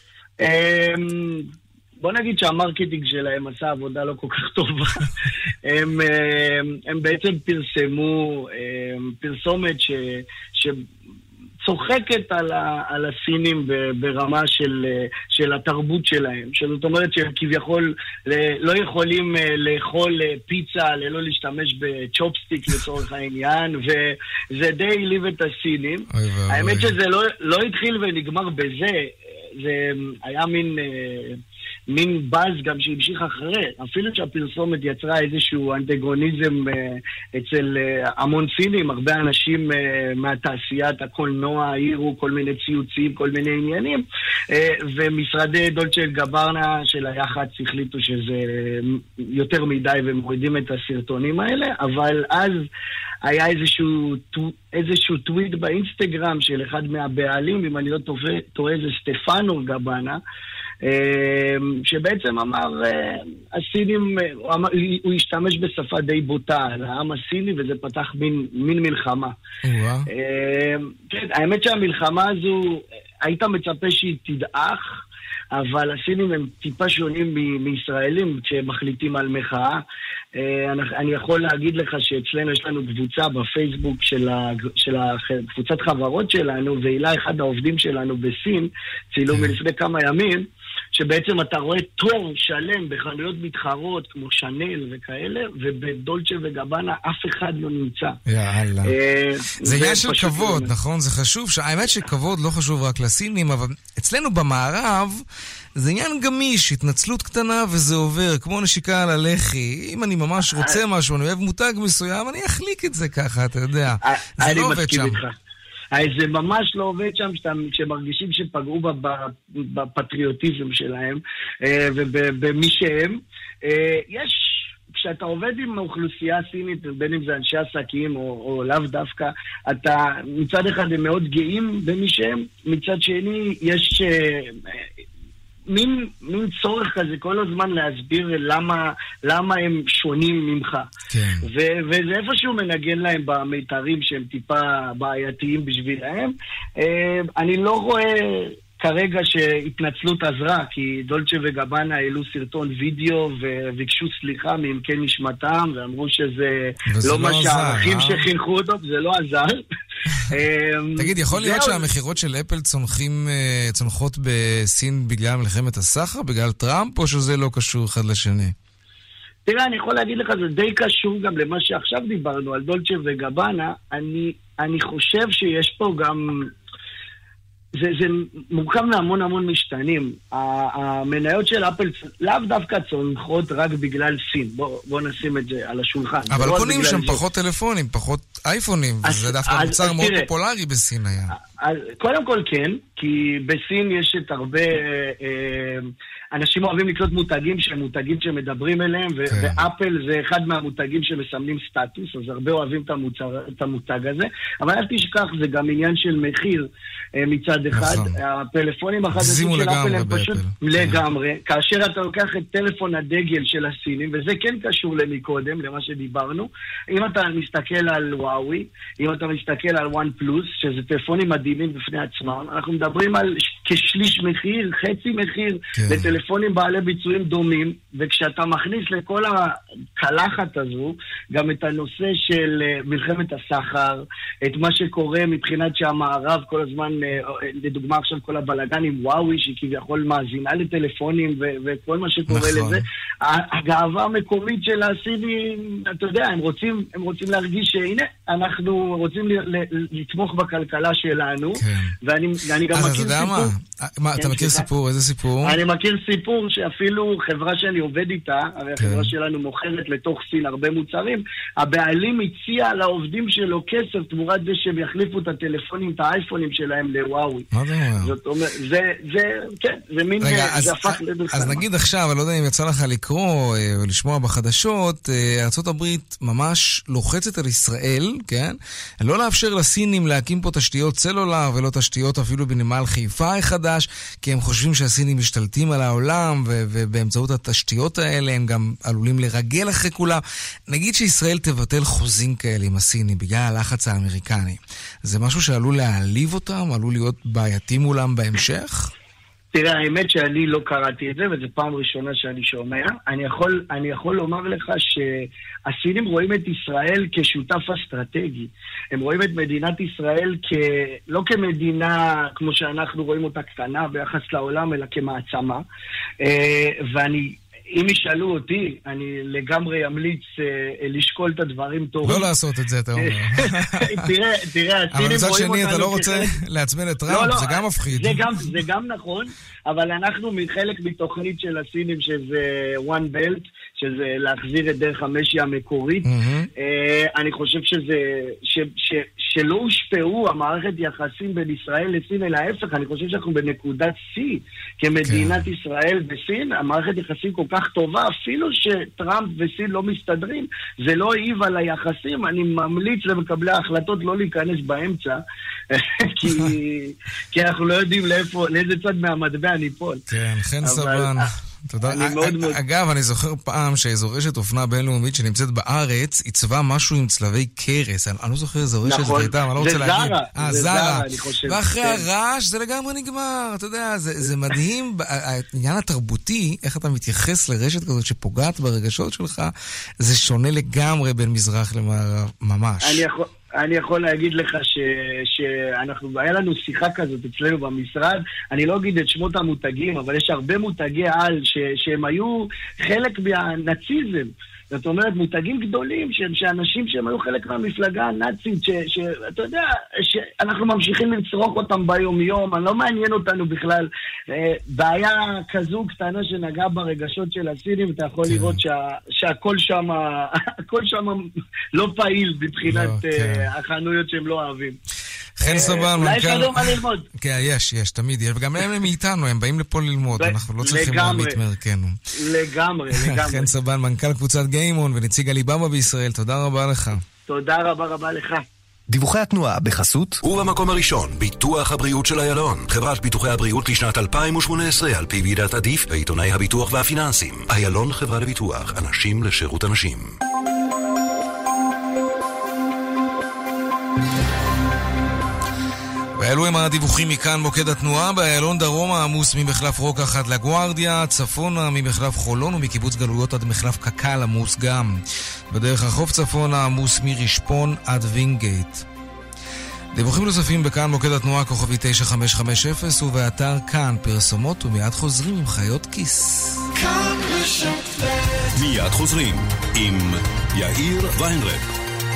[SPEAKER 10] בוא נגיד שהמרקטינג שלהם עשה עבודה לא כל כך טובה. הם, הם בעצם פרסמו פרסומת ש... ש... צוחקת על, ה, על הסינים ברמה של, של התרבות שלהם. זאת אומרת שהם כביכול לא יכולים לאכול פיצה ללא להשתמש בצ'ופסטיק לצורך העניין, וזה די העליב את הסינים. האמת שזה לא, לא התחיל ונגמר בזה, זה היה מין... מין באז גם שהמשיך אחרי, אפילו שהפרסומת יצרה איזשהו אנטגוניזם אה, אצל אה, המון סינים, הרבה אנשים אה, מהתעשיית הקולנוע העירו כל מיני ציוצים, כל מיני עניינים, אה, ומשרדי דולצ'ה גבאנה של היח"צ החליטו שזה יותר מדי ומורידים את הסרטונים האלה, אבל אז היה איזשהו, איזשהו טוויט באינסטגרם של אחד מהבעלים, אם אני לא טועה, זה סטפנו גבאנה, שבעצם אמר, הסינים, הוא השתמש בשפה די בוטה על העם הסיני, וזה פתח מין, מין מלחמה. כן, האמת שהמלחמה הזו, היית מצפה שהיא תדעך, אבל הסינים הם טיפה שונים מ- מישראלים כשמחליטים על מחאה. אני יכול להגיד לך שאצלנו יש לנו קבוצה בפייסבוק של, ה- של הקבוצת חברות שלנו, ואילה אחד העובדים שלנו בסין, צילום מלפני כמה ימים, שבעצם אתה רואה תור שלם בחנויות מתחרות כמו שנל וכאלה, ובדולצ'ה וגבנה אף אחד לא נמצא.
[SPEAKER 1] יאללה. זה עניין של כבוד, נכון? זה חשוב. האמת שכבוד לא חשוב רק לסינים, אבל אצלנו במערב זה עניין גמיש, התנצלות קטנה וזה עובר, כמו נשיקה על הלחי. אם אני ממש רוצה משהו, אני אוהב מותג מסוים, אני אחליק את זה ככה, אתה יודע. זה לא עובד שם.
[SPEAKER 10] זה ממש לא עובד שם, כשמרגישים שפגעו בפטריוטיזם שלהם ובמי שהם. יש, כשאתה עובד עם אוכלוסייה סינית, בין אם זה אנשי עסקים או, או לאו דווקא, אתה מצד אחד הם מאוד גאים במי שהם, מצד שני יש מין, מין צורך כזה כל הזמן להסביר למה, למה הם שונים ממך. כן. ו- וזה איפשהו מנגן להם במיתרים שהם טיפה בעייתיים בשבילהם. אני לא רואה כרגע שהתנצלות עזרה, כי דולצ'ה וגבנה העלו סרטון וידאו וביקשו סליחה מעמקי נשמתם, ואמרו שזה לא מה שהערכים שחינכו אותו, זה לא עזר.
[SPEAKER 1] תגיד, יכול להיות שהמחירות של אפל צונחות בסין בגלל מלחמת הסחר, בגלל טראמפ, או שזה לא קשור אחד לשני?
[SPEAKER 10] תראה, אני יכול להגיד לך, זה די קשור גם למה שעכשיו דיברנו, על דולצ'ה וגבנה. אני, אני חושב שיש פה גם... זה, זה מורכב מהמון המון משתנים. המניות של אפל לאו דווקא צונחות רק בגלל סין. בוא, בוא נשים את זה על השולחן.
[SPEAKER 1] אבל לא קונים שם זה. פחות טלפונים, פחות אייפונים, אז, וזה דווקא אז, מוצר אז מאוד תראה, פופולרי בסין היה.
[SPEAKER 10] אז, קודם כל כן, כי בסין יש את הרבה... אה, אנשים אוהבים לקנות מותגים שהם מותגים שמדברים אליהם, ו- כן. ואפל זה אחד מהמותגים שמסמנים סטטוס, אז הרבה אוהבים את, המוצר, את המותג הזה. אבל אל תשכח, זה גם עניין של מחיר מצד אחד. נכון. הפלאפונים החדשים של אפל הם פשוט באפל. לגמרי. כן. כאשר אתה לוקח את טלפון הדגל של הסינים, וזה כן קשור למקודם, למה שדיברנו, אם אתה מסתכל על וואוי, אם אתה מסתכל על וואן פלוס, שזה טלפונים מדהימים בפני עצמם, אנחנו מדברים על כשליש מחיר, חצי מחיר, כן. לטלפונים בעלי ביצועים דומים, וכשאתה מכניס לכל הקלחת הזו, גם את הנושא של מלחמת הסחר, את מה שקורה מבחינת שהמערב כל הזמן, לדוגמה עכשיו כל הבלגן עם וואוי, שכביכול מאזינה לטלפונים, ו- וכל מה שקורה נכון. לזה, הגאווה המקומית של הסינים, אתה יודע, הם רוצים, הם רוצים להרגיש שהנה, אנחנו רוצים ל- ל- לתמוך בכלכלה שלנו, כן. ואני, ואני גם מכיר סיפור. מה?
[SPEAKER 1] מה, אתה מכיר סיפור? איזה סיפור?
[SPEAKER 10] אני מכיר סיפור שאפילו חברה שאני עובד איתה, הרי החברה שלנו מוכרת לתוך סין הרבה מוצרים, הבעלים הציע לעובדים שלו כסף תמורת זה שהם יחליפו את הטלפונים, את האייפונים שלהם לוואוי.
[SPEAKER 1] מה זה אומר?
[SPEAKER 10] זאת אומרת, זה, זה, כן, זה מין, זה הפך לדרך.
[SPEAKER 1] אז נגיד עכשיו, אני לא יודע אם יצא לך לקרוא או לשמוע בחדשות, ארצות הברית ממש לוחצת על ישראל, כן? לא לאפשר לסינים להקים פה תשתיות סלולר ולא תשתיות אפילו בנמל חיפה החדש, כי הם חושבים שהסינים משתלטים על העולם, ו- ובאמצעות התשתיות האלה הם גם עלולים לרגל אחרי כולם. נגיד שישראל תבטל חוזים כאלה עם הסינים בגלל הלחץ האמריקני. זה משהו שעלול להעליב אותם? עלול להיות בעייתי מולם בהמשך?
[SPEAKER 10] תראה, האמת שאני לא קראתי את זה, וזו פעם ראשונה שאני שומע. אני יכול, אני יכול לומר לך שהסינים רואים את ישראל כשותף אסטרטגי. הם רואים את מדינת ישראל כ... לא כמדינה כמו שאנחנו רואים אותה קטנה ביחס לעולם, אלא כמעצמה. ואני... אם ישאלו אותי, אני לגמרי אמליץ אה, לשקול את הדברים טוב.
[SPEAKER 1] לא לעשות את זה, אתה אומר.
[SPEAKER 10] תראה, תראה, הסינים רואים אותנו...
[SPEAKER 1] אבל מצד שני, אתה לא רוצה לעצבן את טראמפ,
[SPEAKER 10] לא, לא,
[SPEAKER 1] זה גם מפחיד.
[SPEAKER 10] זה גם, זה גם נכון, אבל אנחנו מחלק מתוכנית של הסינים, שזה One Belt, שזה להחזיר את דרך המשי המקורית. Mm-hmm. אה, אני חושב שזה... ש, ש, שלא הושפעו המערכת יחסים בין ישראל לסין, אלא ההפך, אני חושב שאנחנו בנקודת שיא, כמדינת כן. ישראל וסין, המערכת יחסים כל כך טובה, אפילו שטראמפ וסין לא מסתדרים, זה לא העיב על היחסים, אני ממליץ למקבלי ההחלטות לא להיכנס באמצע, כי, כי אנחנו לא יודעים לאיפה, לאיזה צד מהמטבע ניפול.
[SPEAKER 1] כן, חן סבן. תודה. אגב, אני זוכר פעם שאיזו רשת אופנה בינלאומית שנמצאת בארץ, עיצבה משהו עם צלבי קרס. אני לא זוכר איזו רשת הייתה, אני לא רוצה להגיד.
[SPEAKER 10] זה זרה, אני חושב.
[SPEAKER 1] ואחרי הרעש זה לגמרי נגמר. אתה יודע, זה מדהים. העניין התרבותי, איך אתה מתייחס לרשת כזאת שפוגעת ברגשות שלך, זה שונה לגמרי בין מזרח למערב, ממש.
[SPEAKER 10] אני יכול להגיד לך ש, שאנחנו, היה לנו שיחה כזאת אצלנו במשרד, אני לא אגיד את שמות המותגים, אבל יש הרבה מותגי על ש, שהם היו חלק מהנאציזם. זאת אומרת, מותגים גדולים, שהם, שאנשים שהם היו חלק מהמפלגה הנאצית, שאתה יודע, שאנחנו ממשיכים לצרוך אותם ביום-יום, אני לא מעניין אותנו בכלל. בעיה כזו קטנה שנגעה ברגשות של הסינים, אתה יכול לראות שה, שהכל שם, הכל שם לא פעיל מבחינת לא, כן. החנויות שהם לא אוהבים.
[SPEAKER 1] חן סבן,
[SPEAKER 10] אולי יש לנו מה ללמוד.
[SPEAKER 1] כן, יש, יש, תמיד יש, וגם הם מאיתנו, הם באים לפה ללמוד, אנחנו לא צריכים להעמיד מערכנו.
[SPEAKER 10] לגמרי, לגמרי.
[SPEAKER 1] חן סבן, מנכ"ל קבוצת גיימון ונציג עליבאבא בישראל, תודה רבה לך.
[SPEAKER 10] תודה רבה רבה לך.
[SPEAKER 4] דיווחי התנועה בחסות
[SPEAKER 11] ובמקום הראשון, ביטוח הבריאות של איילון, חברת ביטוחי הבריאות לשנת אלפיים שמונה עשרה על פי ועידת עדיף ועיתונאי הביטוח והפיננסים. איילון חברה לביטוח, אנשים לשירות אנשים.
[SPEAKER 1] ואלו הם הדיווחים מכאן מוקד התנועה. באיילון דרומה עמוס ממחלף רוקח עד לגוארדיה, צפונה ממחלף חולון ומקיבוץ גלויות עד מחלף קקל עמוס גם. בדרך החוף צפונה עמוס מרשפון עד וינגייט. דיווחים נוספים בכאן מוקד התנועה כוכבי תשע חמש חמש אפס ובאתר כאן פרסומות ומיד חוזרים עם חיות כיס.
[SPEAKER 11] מיד חוזרים עם יאיר ויינרב.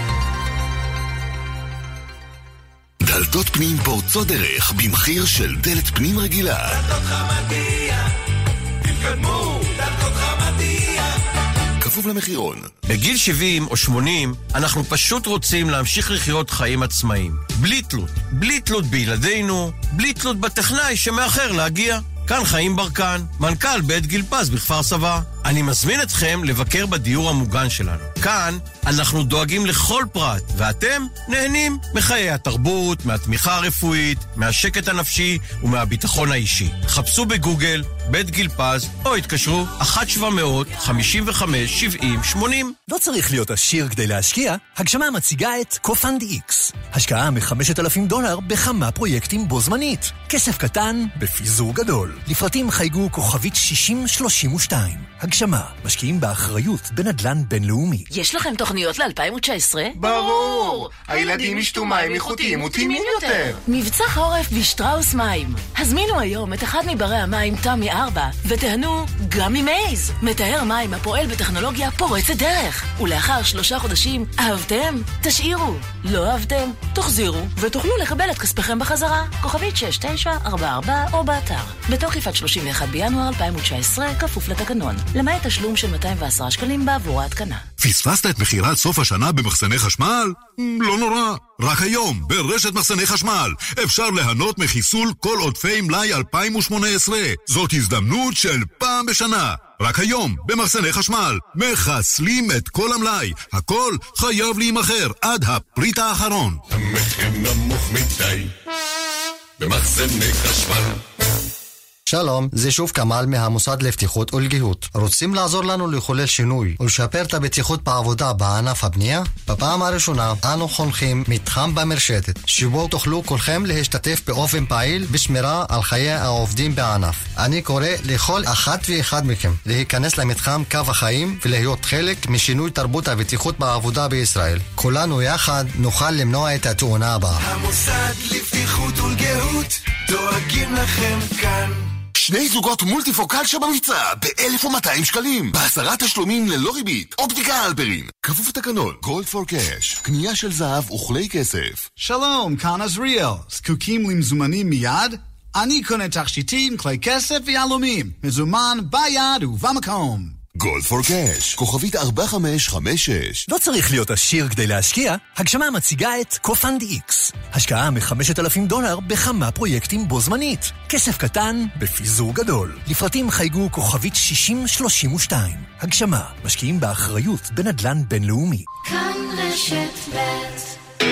[SPEAKER 11] דלתות פנים פורצות דרך במחיר של דלת פנים רגילה. דלתות חמדיה, תתקדמו, דלתות חמדיה. כפוף למחירון.
[SPEAKER 12] בגיל שבעים או שמונים אנחנו פשוט רוצים להמשיך לחיות חיים עצמאיים. בלי תלות, בלי תלות בילדינו, בלי תלות בטכנאי שמאחר להגיע. כאן חיים ברקן, מנכ"ל בית גיל פז בכפר סבא. אני מזמין אתכם לבקר בדיור המוגן שלנו. כאן אנחנו דואגים לכל פרט, ואתם נהנים מחיי התרבות, מהתמיכה הרפואית, מהשקט הנפשי ומהביטחון האישי. חפשו בגוגל בית גיל פז או התקשרו אחת שבע מאות חמישים וחמש שבעים שמונים.
[SPEAKER 4] לא צריך להיות עשיר כדי להשקיע. הגשמה מציגה את קופנד איקס. השקעה מ-חמשת אלפים דולר בכמה פרויקטים בו זמנית. כסף קטן בפיזור גדול. לפרטים חייגו כוכבית שישים שלושים ושתיים. הגשמה, משקיעים באחריות בנדלן בינלאומי.
[SPEAKER 5] יש לכם תוכניות ל-אלפיים תשע עשרה?
[SPEAKER 13] ברור! הילדים ישתו מים איכותיים וטעימים יותר.
[SPEAKER 5] מבצע חורף בשטראוס מים. הזמינו היום את אחד מברי המים תמי ארבע ותהנו גם ממייז. מטהר מים הפועל בטכנולוגיה פורצת דרך. ולאחר שלושה חודשים, אהבתם? תשאירו. לא אהבתם? תחזירו ותוכלו לקבל את כספכם בחזרה. כוכבית שש תשע ארבע ארבע או באתר. בתוקף עד שלושים ואחד בינואר אלפיים תשע עשרה כפוף לתקנון. למעט תשלום של מאתיים ועשרה שקלים בעבור ההתקנה.
[SPEAKER 11] פספסת את מחירת סוף השנה במחסני חשמל? לא נורא. רק היום, ברשת מחסני חשמל, אפשר ליהנות מחיסול כל עודפי מלאי אלפיים שמונה עשרה. זאת הזדמנות של פעם בשנה. רק היום, במחסני חשמל, מחסלים את כל המלאי. הכל חייב להימחר עד הפריט האחרון.
[SPEAKER 14] המחיר נמוך מדי במחסני חשמל.
[SPEAKER 15] שלום, זה שוב כמאל מהמוסד לבטיחות ולגיהות. רוצים לעזור לנו לחולל שינוי ולשפר את הבטיחות בעבודה בענף הבנייה? בפעם הראשונה אנו חונכים מתחם במרשתת, שבו תוכלו כולכם להשתתף באופן פעיל בשמירה על חיי העובדים בענף. אני קורא לכל אחת ואחד מכם להיכנס למתחם קו החיים ולהיות חלק משינוי תרבות הבטיחות בעבודה בישראל. כולנו יחד נוכל למנוע את התאונה הבאה.
[SPEAKER 14] המוסד לבטיחות ולגיהות דואגים לכם כאן.
[SPEAKER 11] שני זוגות מולטיפוקל שבמבצע ב-אלף ומאתיים שקלים. בעשרה תשלומים ללא ריבית. אופטיקה אלפרין. כפוף לתקנון. גולד פור קאש. קנייה של זהב וכלי כסף.
[SPEAKER 16] שלום, כאן עזריאל. זקוקים למזומנים מיד? אני קונה תכשיטים, כלי כסף ויהלומים. מזומן ביד ובמקום.
[SPEAKER 11] גולד פור קאש, כוכבית ארבע חמש חמש שש.
[SPEAKER 4] לא צריך להיות עשיר כדי להשקיע. הגשמה מציגה את קופנד איקס. השקעה מ-חמשת אלפים דולר בכמה פרויקטים בו זמנית. כסף קטן בפיזור גדול. לפרטים חייגו כוכבית שישים שלושים ושתיים. הגשמה, משקיעים באחריות בנדלן בינלאומי.
[SPEAKER 17] כאן רשת בית.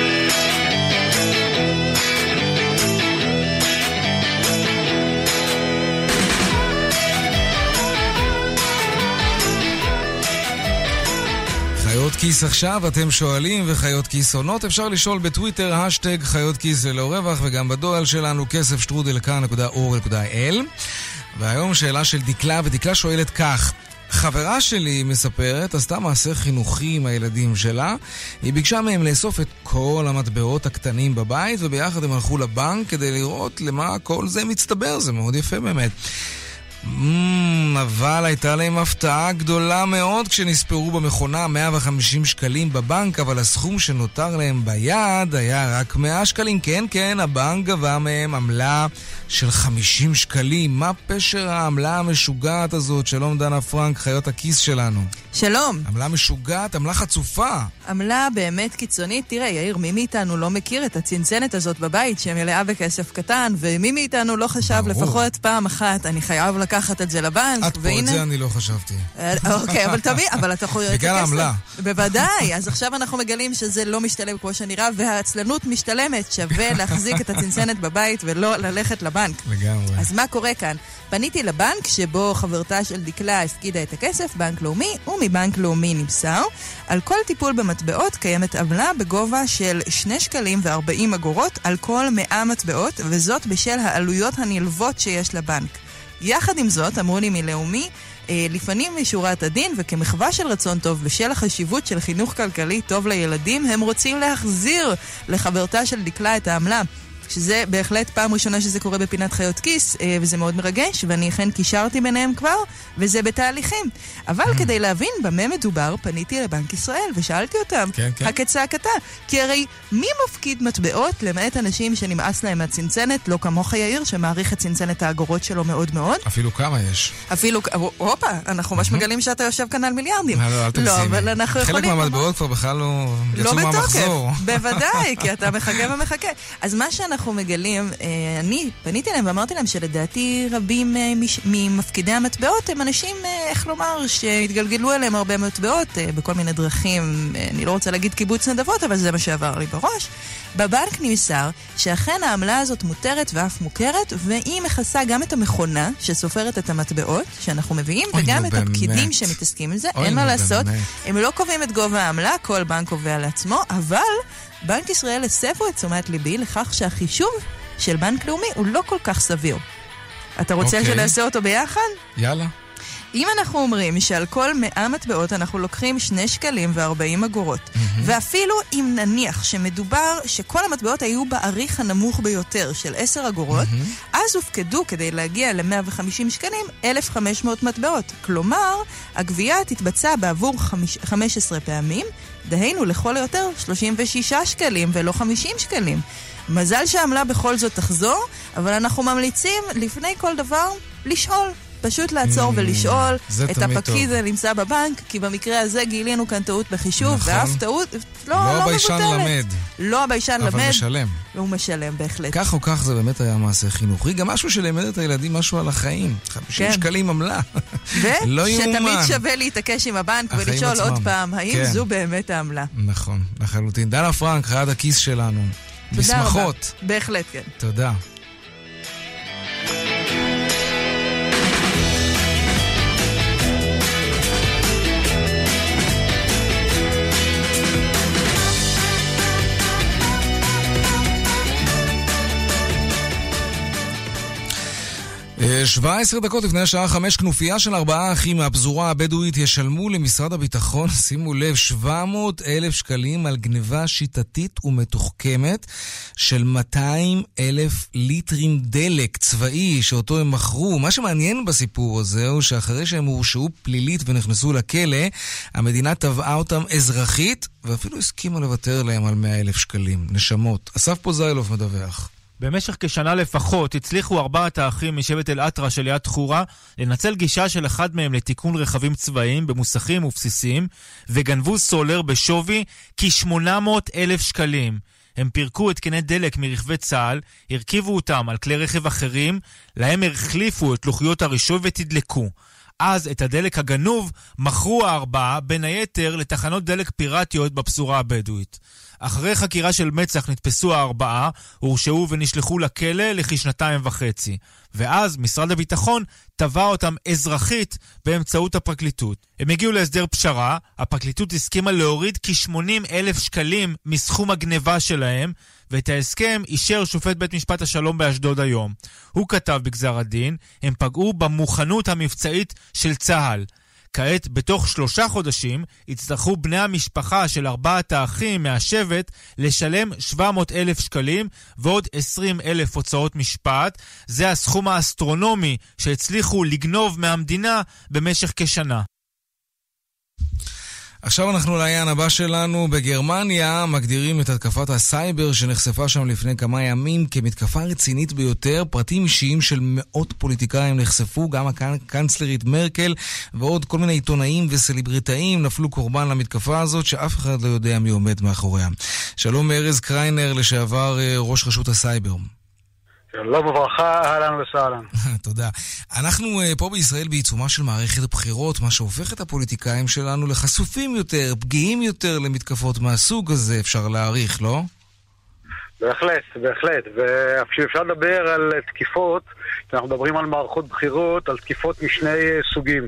[SPEAKER 1] חיות כיס עכשיו, אתם שואלים, וחיות כיס עונות אפשר לשאול בטוויטר, השטג חיות כיס ללא רווח, וגם בדואל שלנו כסף שטרודל כאן נקודה אור נקודה איי אל. והיום שאלה של דקלה, ודקלה שואלת כך: חברה שלי מספרת, עשתה מעשה חינוכי עם הילדים שלה. היא ביקשה מהם לאסוף את כל המטבעות הקטנים בבית, וביחד הם הלכו לבנק כדי לראות למה כל זה מצטבר. זה מאוד יפה באמת. Mm, אבל הייתה להם הפתעה גדולה מאוד כשנספרו במכונה מאה וחמישים שקלים בבנק, אבל הסכום שנותר להם ביד היה רק מאה שקלים. כן, כן, הבנק גבה מהם עמלה של חמישים שקלים. מה פשר העמלה המשוגעת הזאת? שלום דנה פרנק, חיות הכיס שלנו.
[SPEAKER 18] שלום.
[SPEAKER 1] עמלה משוגעת, עמלה חצופה.
[SPEAKER 18] עמלה באמת קיצונית. תראה, יאיר, מי מאיתנו לא מכיר את הצנצנת הזאת בבית שמלאה בכסף קטן, ומי מאיתנו לא חשב ברור. לפחות פעם אחת, אני חייב לקחת את זה לבנק.
[SPEAKER 1] את פה, את זה אני לא חשבתי.
[SPEAKER 18] אוקיי, אבל תמיד, אבל אתה יכול...
[SPEAKER 1] בגלל העמלה.
[SPEAKER 18] בוודאי, אז עכשיו אנחנו מגלים שזה לא משתלם כמו שנראה, וההצלנות משתלמת, שווה להחזיק את הצנצנת בבית ולא ללכת לבנק.
[SPEAKER 1] לגמרי.
[SPEAKER 18] אז מה קורה כאן? פניתי לבנק שבו חברתה של דקלה הפקידה את הכסף, בנק לאומי, ומבנק לאומי נמסר. על כל טיפול במטבעות קיימת עמלה בגובה של שני שקלים וארבעים אגורות על כל מאה מטבעות, וזאת בשל העלויות הנלוות שיש לבנק. יחד עם זאת, אמרו לי מלאומי, לפנים משורת הדין וכמחווה של רצון טוב בשל החשיבות של חינוך כלכלי טוב לילדים, הם רוצים להחזיר לחברתה של דקלה את העמלה. שזה בהחלט פעם ראשונה שזה קורה בפינת חיות כיס, וזה מאוד מרגש, ואני אכן קישרתי ביניהם כבר, וזה בתהליכים. אבל כדי להבין במה מדובר, פניתי לבנק ישראל ושאלתי אותם,
[SPEAKER 1] כן, כן.
[SPEAKER 18] הכצעקתה, כי הרי מי מפקיד מטבעות למעט אנשים שנמאס להם מהצנצנת, לא כמוך יאיר, שמעריך את צנצנת האגורות שלו מאוד מאוד.
[SPEAKER 1] אפילו כמה יש.
[SPEAKER 18] אפילו, הופה, אנחנו ממש מגלים שאתה יושב כאן על מיליארדים.
[SPEAKER 1] לא, אל תגזימי.
[SPEAKER 18] לא, אבל אנחנו יכולים...
[SPEAKER 1] חלק מהמטבעות כבר בכלל לא יצאו מהמחזור.
[SPEAKER 18] בוודאי, כי אתה מחכה ומחכה. אז מה שאנחנו מגלים, אני פניתי להם ואמרתי להם שלדעתי רבים ממפקידי המטבעות הם אנשים, איך לומר, שהתגלגלו אליהם הרבה מטבעות בכל מיני דרכים, אני לא רוצה להגיד קיבוץ נדבות, אבל זה מה שעבר לי בראש. בבנק נמסר שאכן העמלה הזאת מותרת ואף מוכרת, והיא מכסה גם את המכונה שסופרת את המטבעות שאנחנו מביאים, וגם את הפקידים שמתעסקים עם זה. אין מה לעשות, הם לא קובעים את גובה העמלה, כל בנק קובע לעצמו, אבל בנק ישראל הסבו את תשומת ליבי לכך שהחישוב של בנק לאומי הוא לא כל כך סביר. אתה רוצה okay. שנעשה אותו ביחד?
[SPEAKER 1] יאללה.
[SPEAKER 18] אם אנחנו אומרים שעל כל מאה מטבעות אנחנו לוקחים שני שקלים וארבעים אגורות, mm-hmm. ואפילו אם נניח שמדובר שכל המטבעות היו בעריך הנמוך ביותר של עשר אגורות, mm-hmm. אז הופקדו כדי להגיע ל-מאה וחמישים שקלים אלף וחמש מאות מטבעות. כלומר, הגבייה תתבצע בעבור חמש עשרה פעמים, דהיינו לכל היותר שלושים ושישה שקלים ולא חמישים שקלים. מזל שהעמלה בכל זאת תחזור, אבל אנחנו ממליצים לפני כל דבר לשאול. פשוט לעצור mm, ולשאול את הפקיד הנמצא בבנק, כי במקרה הזה גילינו כאן טעות בחישוב, נכון. ואף טעות לא,
[SPEAKER 1] לא,
[SPEAKER 18] לא
[SPEAKER 1] ביישן למד.
[SPEAKER 18] לא ביישן למד.
[SPEAKER 1] אבל משלם.
[SPEAKER 18] והוא משלם, בהחלט.
[SPEAKER 1] כך או כך זה באמת היה מעשה חינוכי. גם משהו שלמד את הילדים משהו על החיים. חמישים כן. שקלים עמלה. לא
[SPEAKER 18] ושתמיד שווה להתעקש עם הבנק ולשאול עצמם. עוד פעם, האם כן. זו באמת העמלה.
[SPEAKER 1] נכון, לחלוטין. דנה פרנק, חיית הכיס שלנו. בשמחות.
[SPEAKER 18] בהחלט, כן.
[SPEAKER 1] תודה. שבע עשרה דקות לפני השעה חמש, כנופיה של ארבעה אחים מהפזורה הבדואית ישלמו למשרד הביטחון, שימו לב, שבע מאות אלף שקלים על גניבה שיטתית ומתוחכמת של מאתיים אלף ליטרים דלק צבאי שאותו הם מכרו. מה שמעניין בסיפור הזה הוא שאחרי שהם הורשעו פלילית ונכנסו לכלא, המדינה תבעה אותם אזרחית ואפילו הסכימה לוותר להם על מאה אלף שקלים. נשמות. אסף פוזיילוב מדווח.
[SPEAKER 19] במשך כשנה לפחות הצליחו ארבעת האחים משבט אל-אטרה של ליד חורה לנצל גישה של אחד מהם לתיקון רכבים צבאיים במוסכים ובסיסים, וגנבו סולר בשווי כ-שמונה מאות אלף שקלים. הם פירקו את קני דלק מרכבי צה"ל, הרכיבו אותם על כלי רכב אחרים, להם החליפו את לוחיות הרישוי ותדלקו. אז את הדלק הגנוב מכרו הארבעה בין היתר לתחנות דלק פיראטיות בפזורה הבדואית. אחרי חקירה של מצח נתפסו הארבעה, הורשעו ונשלחו לכלא לכשנתיים וחצי. ואז משרד הביטחון תבע אותם אזרחית באמצעות הפרקליטות. הם הגיעו להסדר פשרה, הפרקליטות הסכימה להוריד כ-שמונים אלף שקלים מסכום הגניבה שלהם, ואת ההסכם אישר שופט בית משפט השלום באשדוד היום. הוא כתב בגזר הדין, הם פגעו במוכנות המבצעית של צה"ל. כעת, בתוך שלושה חודשים, יצטרכו בני המשפחה של ארבעת האחים מהשבט לשלם שבע מאות אלף שקלים ועוד עשרים אלף הוצאות משפט. זה הסכום האסטרונומי שהצליחו לגנוב מהמדינה במשך כשנה.
[SPEAKER 1] עכשיו אנחנו לעניין הבא שלנו. בגרמניה מגדירים את התקפת הסייבר שנחשפה שם לפני כמה ימים כמתקפה רצינית ביותר. פרטים אישיים של מאות פוליטיקאים נחשפו, גם הקנצלרית מרקל ועוד כל מיני עיתונאים וסלבריטאים נפלו קורבן למתקפה הזאת שאף אחד לא יודע מי עומד מאחוריה. שלום ארז קריינר, לשעבר ראש רשות הסייבר.
[SPEAKER 20] שלום וברכה, אהלן וסהלן.
[SPEAKER 1] תודה. אנחנו פה בישראל בעיצומה של מערכת הבחירות, מה שהופך את הפוליטיקאים שלנו לחשופים יותר, פגיעים יותר למתקפות מהסוג הזה, אפשר להעריך, לא?
[SPEAKER 20] בהחלט, בהחלט. וכשאפשר לדבר על תקיפות, אנחנו מדברים על מערכות בחירות, על תקיפות משני סוגים.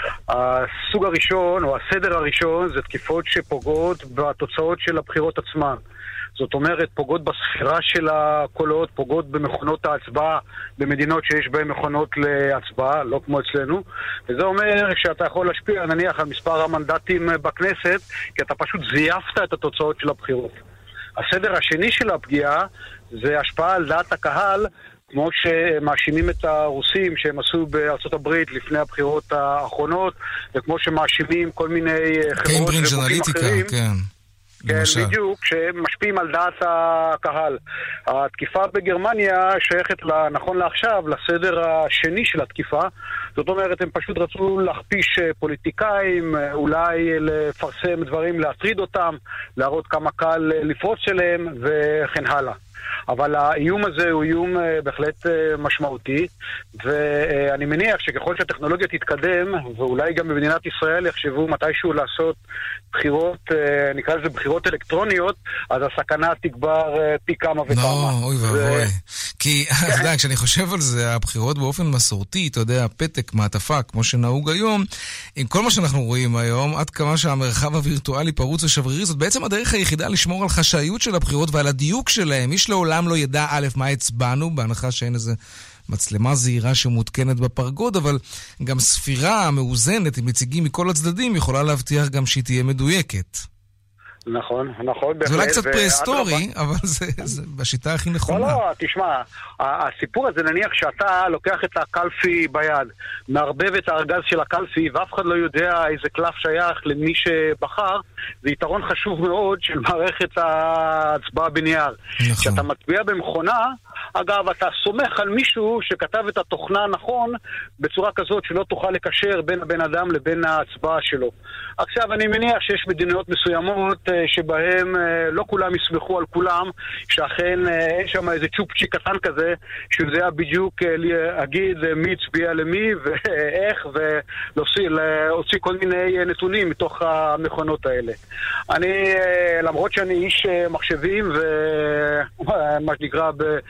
[SPEAKER 20] הסוג הראשון, או הסדר הראשון, זה תקיפות שפוגעות בתוצאות של הבחירות עצמן. זאת אומרת, פוגעות בספירה של הקולות, פוגעות במכונות ההצבעה במדינות שיש בהן מכונות להצבעה, לא כמו אצלנו. וזה אומר שאתה יכול להשפיע, נניח, על מספר המנדטים בכנסת, כי אתה פשוט זייפת את התוצאות של הבחירות. הסדר השני של הפגיעה זה השפעה על דעת הקהל, כמו שמאשימים את הרוסים שהם עשו בארצות הברית לפני הבחירות האחרונות, וכמו שמאשימים כל מיני חברות וגופים אחרים.
[SPEAKER 1] כן.
[SPEAKER 20] כן, בדיוק, שמשפיעים על דעת הקהל. התקיפה בגרמניה שייכת, נכון לעכשיו, לסדר השני של התקיפה. זאת אומרת, הם פשוט רצו להכפיש פוליטיקאים, אולי לפרסם דברים, להטריד אותם, להראות כמה קל לפרוץ אליהם וכן הלאה. אבל האיום הזה הוא איום בהחלט משמעותי, ואני מניח שככל שהטכנולוגיה תתקדם, ואולי גם במדינת ישראל יחשבו מתישהו לעשות בחירות, נקרא לזה בחירות אלקטרוניות, אז הסכנה תגבר פי כמה וכמה.
[SPEAKER 1] לא, אוי ואבוי. כי, אתה יודע, כשאני חושב על זה, הבחירות באופן מסורתי, אתה יודע, פתק, מעטפה, כמו שנהוג היום, עם כל מה שאנחנו רואים היום, עד כמה שהמרחב הווירטואלי פרוץ ושברירי, זאת בעצם הדרך היחידה לשמור על חשאיות של הבחירות ועל הדיוק שלהם. איש לעולם לא ידע א' מה הצבענו, בהנחה שאין איזה מצלמה זהירה שמותקנת בפרגוד, אבל גם ספירה מאוזנת עם נציגים מכל הצדדים יכולה להבטיח גם שהיא תהיה מדויקת.
[SPEAKER 20] נכון, נכון.
[SPEAKER 1] זה אולי קצת פרהיסטורי, אבל זה בשיטה הכי נכונה.
[SPEAKER 20] לא, לא, תשמע, הסיפור הזה נניח שאתה לוקח את הקלפי ביד, מערבב את הארגז של הקלפי, ואף אחד לא יודע איזה קלף שייך למי שבחר, זה יתרון חשוב מאוד של מערכת ההצבעה בנייר. כשאתה מצביע במכונה, אגב, אתה סומך על מישהו שכתב את התוכנה נכון בצורה כזאת שלא תוכל לקשר בין הבן אדם לבין ההצבעה שלו. עכשיו, אני מניח שיש מדיניות מסוימות שבהם לא כולם יסמכו על כולם, שאכן אין שם איזה צ'ופצ'יק קטן כזה, שיודע בדיוק להגיד מי הצביע למי ואיך, ולהוציא כל מיני נתונים מתוך המכונות האלה. אני, למרות שאני איש מחשבים ומה שנקרא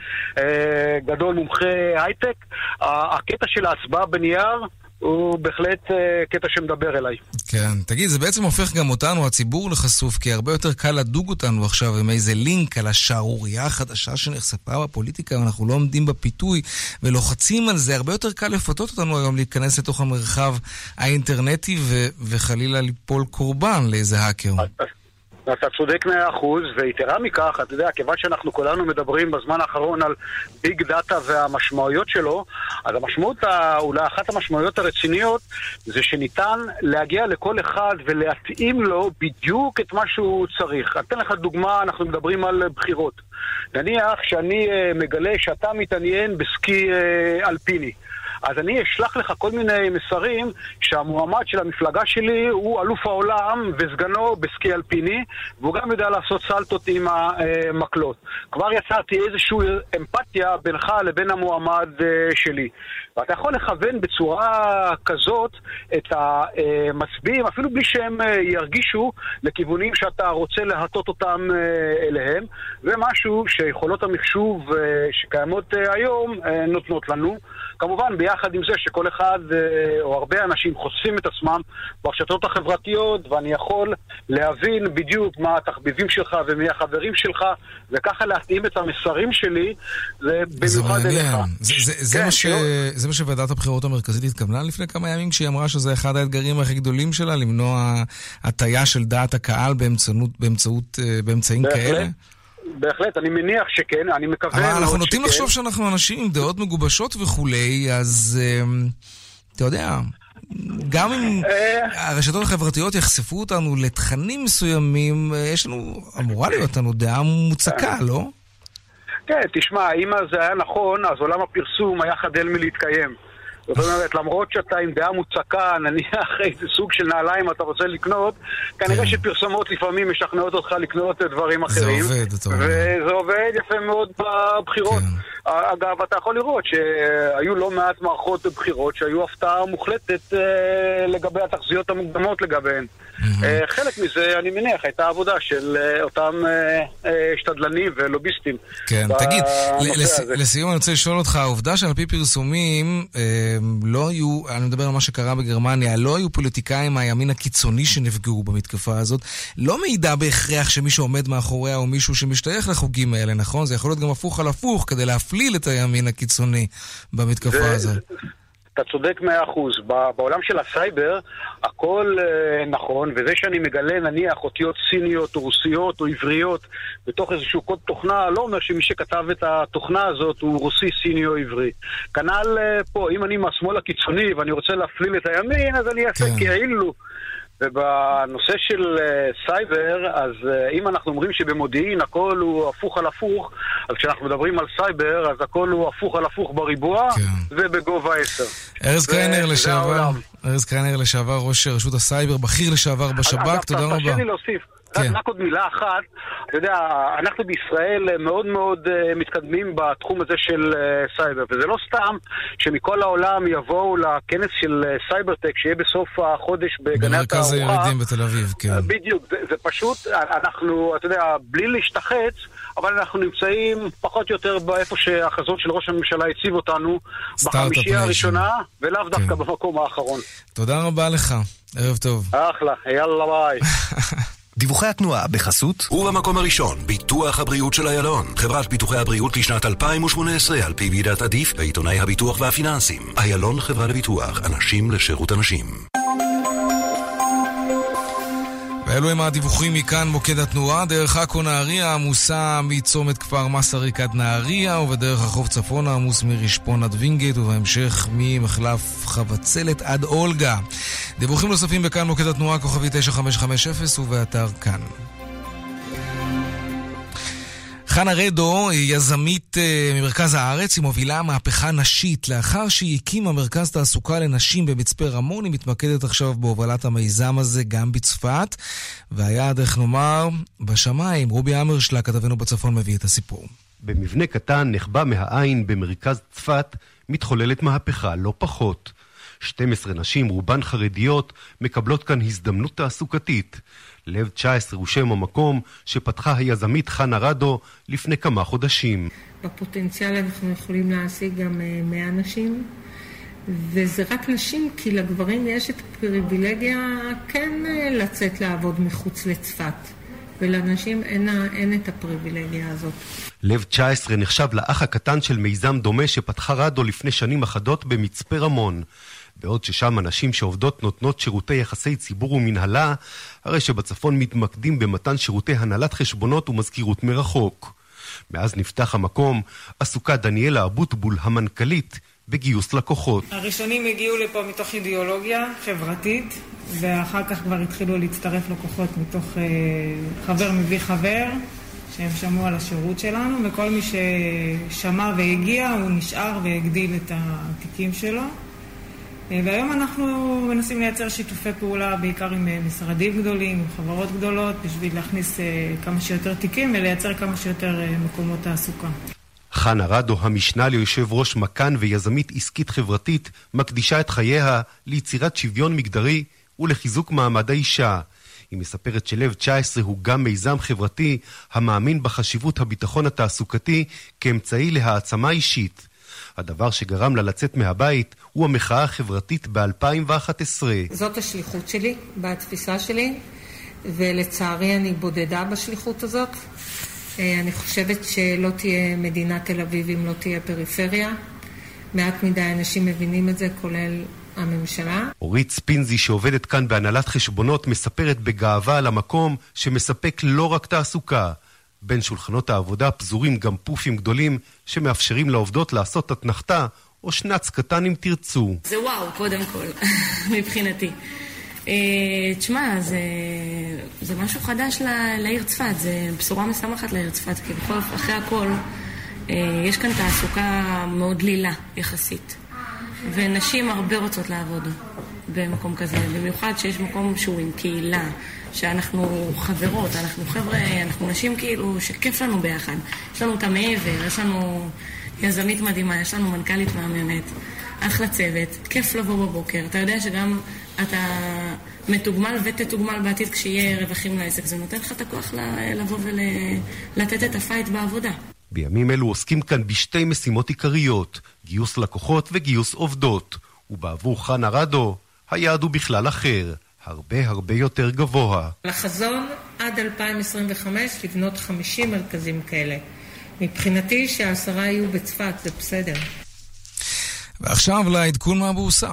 [SPEAKER 20] בגדול מומחה הייטק, הקטע של ההצבעה בנייר הוא בהחלט קטע שמדבר אליי.
[SPEAKER 1] כן, תגיד, זה בעצם הופך גם אותנו, הציבור, לחשוף, כי הרבה יותר קל לדוג אותנו עכשיו עם איזה לינק על השערורייה החדשה שנחשפה בפוליטיקה, ואנחנו לא עומדים בפיתוי ולוחצים על זה. הרבה יותר קל לפתות אותנו היום להיכנס לתוך המרחב האינטרנטי ו- וחלילה ליפול קורבן לאיזה האקר.
[SPEAKER 20] אתה צודק מאה אחוז, ויתרה מכך, אתה יודע, כיוון שאנחנו כולנו מדברים בזמן האחרון על ביג דאטה והמשמעויות שלו, אז המשמעות, אולי אחת המשמעויות הרציניות, זה שניתן להגיע לכל אחד ולהתאים לו בדיוק את מה שהוא צריך. אתן לך דוגמה, אנחנו מדברים על בחירות. נניח שאני מגלה שאתה מתעניין בסקי אלפיני. אז אני אשלח לך כל מיני מסרים שהמועמד של המפלגה שלי הוא אלוף העולם וסגנו בסקי אלפיני, והוא גם יודע לעשות סלטות עם המקלות. כבר יצרתי איזושהי אמפתיה בינך לבין המועמד שלי. ואתה יכול לכוון בצורה כזאת את המצביעים, אפילו בלי שהם ירגישו, לכיוונים שאתה רוצה להטות אותם אליהם, ומשהו שיכולות המחשוב שקיימות היום נותנות לנו. כמובן, יחד עם זה שכל אחד או הרבה אנשים חושפים את עצמם ברשתות החברתיות, ואני יכול להבין בדיוק מה התחביבים שלך ומי החברים שלך, וככה להתאים את המסרים שלי, זה במיוחד אליך.
[SPEAKER 1] זה, זה, זה, כן, מה ש... זה מה שוועדת הבחירות המרכזית התכוונה לפני כמה ימים, כשהיא אמרה שזה אחד האתגרים הכי גדולים שלה, למנוע הטיה של דעת הקהל באמצעות, באמצעות, באמצעים בהחלט. כאלה?
[SPEAKER 20] בהחלט, אני מניח שכן, אני מקווה מאוד שכן. אנחנו
[SPEAKER 1] נוטים לחשוב שאנחנו אנשים עם דעות מגובשות וכולי, אז אתה יודע, גם אם הרשתות החברתיות יחשפו אותנו לתכנים מסוימים, יש לנו, אמורה להיות לנו דעה מוצקה, לא?
[SPEAKER 20] כן, תשמע, אם זה היה נכון, אז עולם הפרסום היה חדל מלהתקיים. זאת אומרת, למרות שאתה עם דעה מוצקה, נניח איזה סוג של נעליים אתה רוצה לקנות, כנראה שפרסומות לפעמים משכנעות אותך לקנות דברים אחרים.
[SPEAKER 1] זה עובד, אתה אומר.
[SPEAKER 20] וזה עובד יפה מאוד בבחירות. אגב, אתה יכול לראות שהיו לא מעט מערכות בחירות שהיו הפתעה מוחלטת לגבי התחזיות המוקדמות לגביהן. חלק מזה, אני מניח, הייתה עבודה של אותם שתדלנים ולוביסטים.
[SPEAKER 1] כן, תגיד, לסיום אני רוצה לשאול אותך, העובדה שעל פי פרסומים לא היו, אני מדבר על מה שקרה בגרמניה, לא היו פוליטיקאים מהימין הקיצוני שנפגעו במתקפה הזאת, לא מעידה בהכרח שמישהו עומד מאחוריה או מישהו שמשתייך לחוגים האלה, נכון? זה יכול להיות גם הפוך על הפוך, כדי להפליל את הימין הקיצוני במתקפה הזאת.
[SPEAKER 20] אתה צודק מאה אחוז. בעולם של הסייבר הכל אה, נכון, וזה שאני מגלה נניח אותיות סיניות או רוסיות או עבריות בתוך איזשהו קוד תוכנה, לא אומר שמי שכתב את התוכנה הזאת הוא רוסי, סיני או עברי. כנ"ל אה, פה, אם אני מהשמאל הקיצוני ואני רוצה להפליל את הימין, אז אני אעשה כן. כאילו. ובנושא של uh, סייבר, אז uh, אם אנחנו אומרים שבמודיעין הכל הוא הפוך על הפוך, אז כשאנחנו מדברים על סייבר, אז הכל הוא הפוך על הפוך בריבוע, כן. ובגובה עשר.
[SPEAKER 1] ארז קריינר לשעבר, ארז קריינר לשעבר, ראש רשות הסייבר, בכיר לשעבר בשב"כ, תודה רבה.
[SPEAKER 20] תרשה לי להוסיף. כן. רק עוד מילה אחת, אתה יודע, אנחנו בישראל מאוד מאוד uh, מתקדמים בתחום הזה של uh, סייבר, וזה לא סתם שמכל העולם יבואו לכנס של uh, סייברטק שיהיה בסוף החודש בגני התערוכה.
[SPEAKER 1] במרכז הירידים בתל אביב, כן. Uh,
[SPEAKER 20] בדיוק, זה, זה פשוט, אנחנו, אתה יודע, בלי להשתחץ, אבל אנחנו נמצאים פחות או יותר באיפה שהחזון של ראש הממשלה הציב אותנו, בחמישייה הראשונה, ולאו דווקא כן. במקום האחרון.
[SPEAKER 1] תודה רבה לך, ערב טוב.
[SPEAKER 20] אחלה, יאללה ביי.
[SPEAKER 4] דיווחי התנועה בחסות
[SPEAKER 21] ובמקום הראשון, ביטוח הבריאות של איילון. חברת ביטוחי הבריאות לשנת אלפיים ושמונה עשרה על פי ועידת עדיף בעיתונאי הביטוח והפיננסים. איילון חברה לביטוח, אנשים לשירות אנשים.
[SPEAKER 1] ואלו הם הדיווחים מכאן מוקד התנועה. דרך עכו נהריה עמוסה מצומת כפר מסריק עד נהריה, ובדרך החוף צפונה עמוס מרשפון עד וינגייט, ובהמשך ממחלף חבצלת עד אולגה. דיווחים נוספים בכאן מוקד התנועה כוכבי תשע חמש חמש אפס ובאתר כאן. חנה רדו, יזמית ממרכז הארץ, היא מובילה מהפכה נשית. לאחר שהיא הקימה מרכז תעסוקה לנשים במצפה רמון, היא מתמקדת עכשיו בהובלת המיזם הזה גם בצפת, והיעד, איך נאמר, בשמיים. רובי אמרשלה, כתבנו בצפון, מביא את הסיפור.
[SPEAKER 22] במבנה קטן נחבא מהעין במרכז צפת מתחוללת מהפכה לא פחות. שתים עשרה נשים, רובן חרדיות, מקבלות כאן הזדמנות תעסוקתית. לב תשע עשרה הוא שם המקום שפתחה היזמית חנה רדו לפני כמה חודשים.
[SPEAKER 23] בפוטנציאל אנחנו יכולים להשיג גם מאה נשים, וזה רק נשים, כי לגברים יש את הפריבילגיה כן לצאת לעבוד מחוץ לצפת, ולנשים אין, אין את הפריבילגיה הזאת.
[SPEAKER 22] לב תשע עשרה נחשב לאח הקטן של מיזם דומה שפתחה רדו לפני שנים אחדות במצפה רמון. בעוד ששם אנשים שעובדות נותנות שירותי יחסי ציבור ומנהלה, הרי שבצפון מתמקדים במתן שירותי הנהלת חשבונות ומזכירות מרחוק. מאז נפתח המקום, עסוקה דניאלה אבוטבול, המנכ"לית, בגיוס לקוחות.
[SPEAKER 23] הראשונים הגיעו לפה מתוך אידיאולוגיה חברתית, ואחר כך כבר התחילו להצטרף לקוחות מתוך אה, חבר מביא חבר, שהם שמעו על השירות שלנו, וכל מי ששמע והגיע, הוא נשאר והגדיל את התיקים שלו. והיום אנחנו מנסים לייצר שיתופי פעולה בעיקר עם משרדים גדולים, עם חברות גדולות, בשביל להכניס כמה שיותר תיקים ולייצר כמה שיותר מקומות תעסוקה.
[SPEAKER 22] חנה רדו, המשנה ליושב ראש מכאן ויזמית עסקית חברתית, מקדישה את חייה ליצירת שוויון מגדרי ולחיזוק מעמד האישה. היא מספרת שלב תשע עשרה הוא גם מיזם חברתי המאמין בחשיבות הביטחון התעסוקתי כאמצעי להעצמה אישית. הדבר שגרם לה לצאת מהבית הוא המחאה החברתית ב-אלפיים ואחת עשרה.
[SPEAKER 23] זאת השליחות שלי, בתפיסה שלי, ולצערי אני בודדה בשליחות הזאת. אני חושבת שלא תהיה מדינת תל אביב אם לא תהיה פריפריה. מעט מדי אנשים מבינים את זה, כולל הממשלה.
[SPEAKER 22] אורית ספינזי שעובדת כאן בהנהלת חשבונות מספרת בגאווה על המקום שמספק לא רק תעסוקה. בין שולחנות העבודה פזורים גם פופים גדולים שמאפשרים לעובדות לעשות התנחתה או שנץ קטן אם תרצו.
[SPEAKER 2] זה וואו, קודם כל, מבחינתי. תשמע, זה, זה משהו חדש לעיר צפת, זה בשורה משמחת לעיר צפת, כי בכל אחרי הכל יש כאן תעסוקה מאוד לילה יחסית, ונשים הרבה רוצות לעבוד במקום כזה, במיוחד שיש מקום שהוא עם קהילה, שאנחנו חברות, אנחנו חבר'ה, אנחנו נשים כאילו שכיף לנו ביחד. יש לנו את המעבר, יש לנו יזמית מדהימה, יש לנו מנכ"לית מהממת, אחלה צוות, כיף לבוא בבוקר. אתה יודע שגם אתה מתוגמל ותתוגמל בעתיד כשיהיה רווחים לעסק. זה נותן לך את הכוח לבוא ולתת את הפייט בעבודה.
[SPEAKER 22] בימים אלו עוסקים כאן בשתי משימות עיקריות, גיוס לקוחות וגיוס עובדות. ובעבור חנה רדו, היעד הוא בכלל אחר, הרבה הרבה יותר גבוה.
[SPEAKER 23] לחזון עד אלפיים עשרים וחמש לבנות חמישים מרכזים כאלה. מבחינתי שהעשרה יהיו בצפת, זה בסדר.
[SPEAKER 1] ועכשיו לעדכון מהבורסה.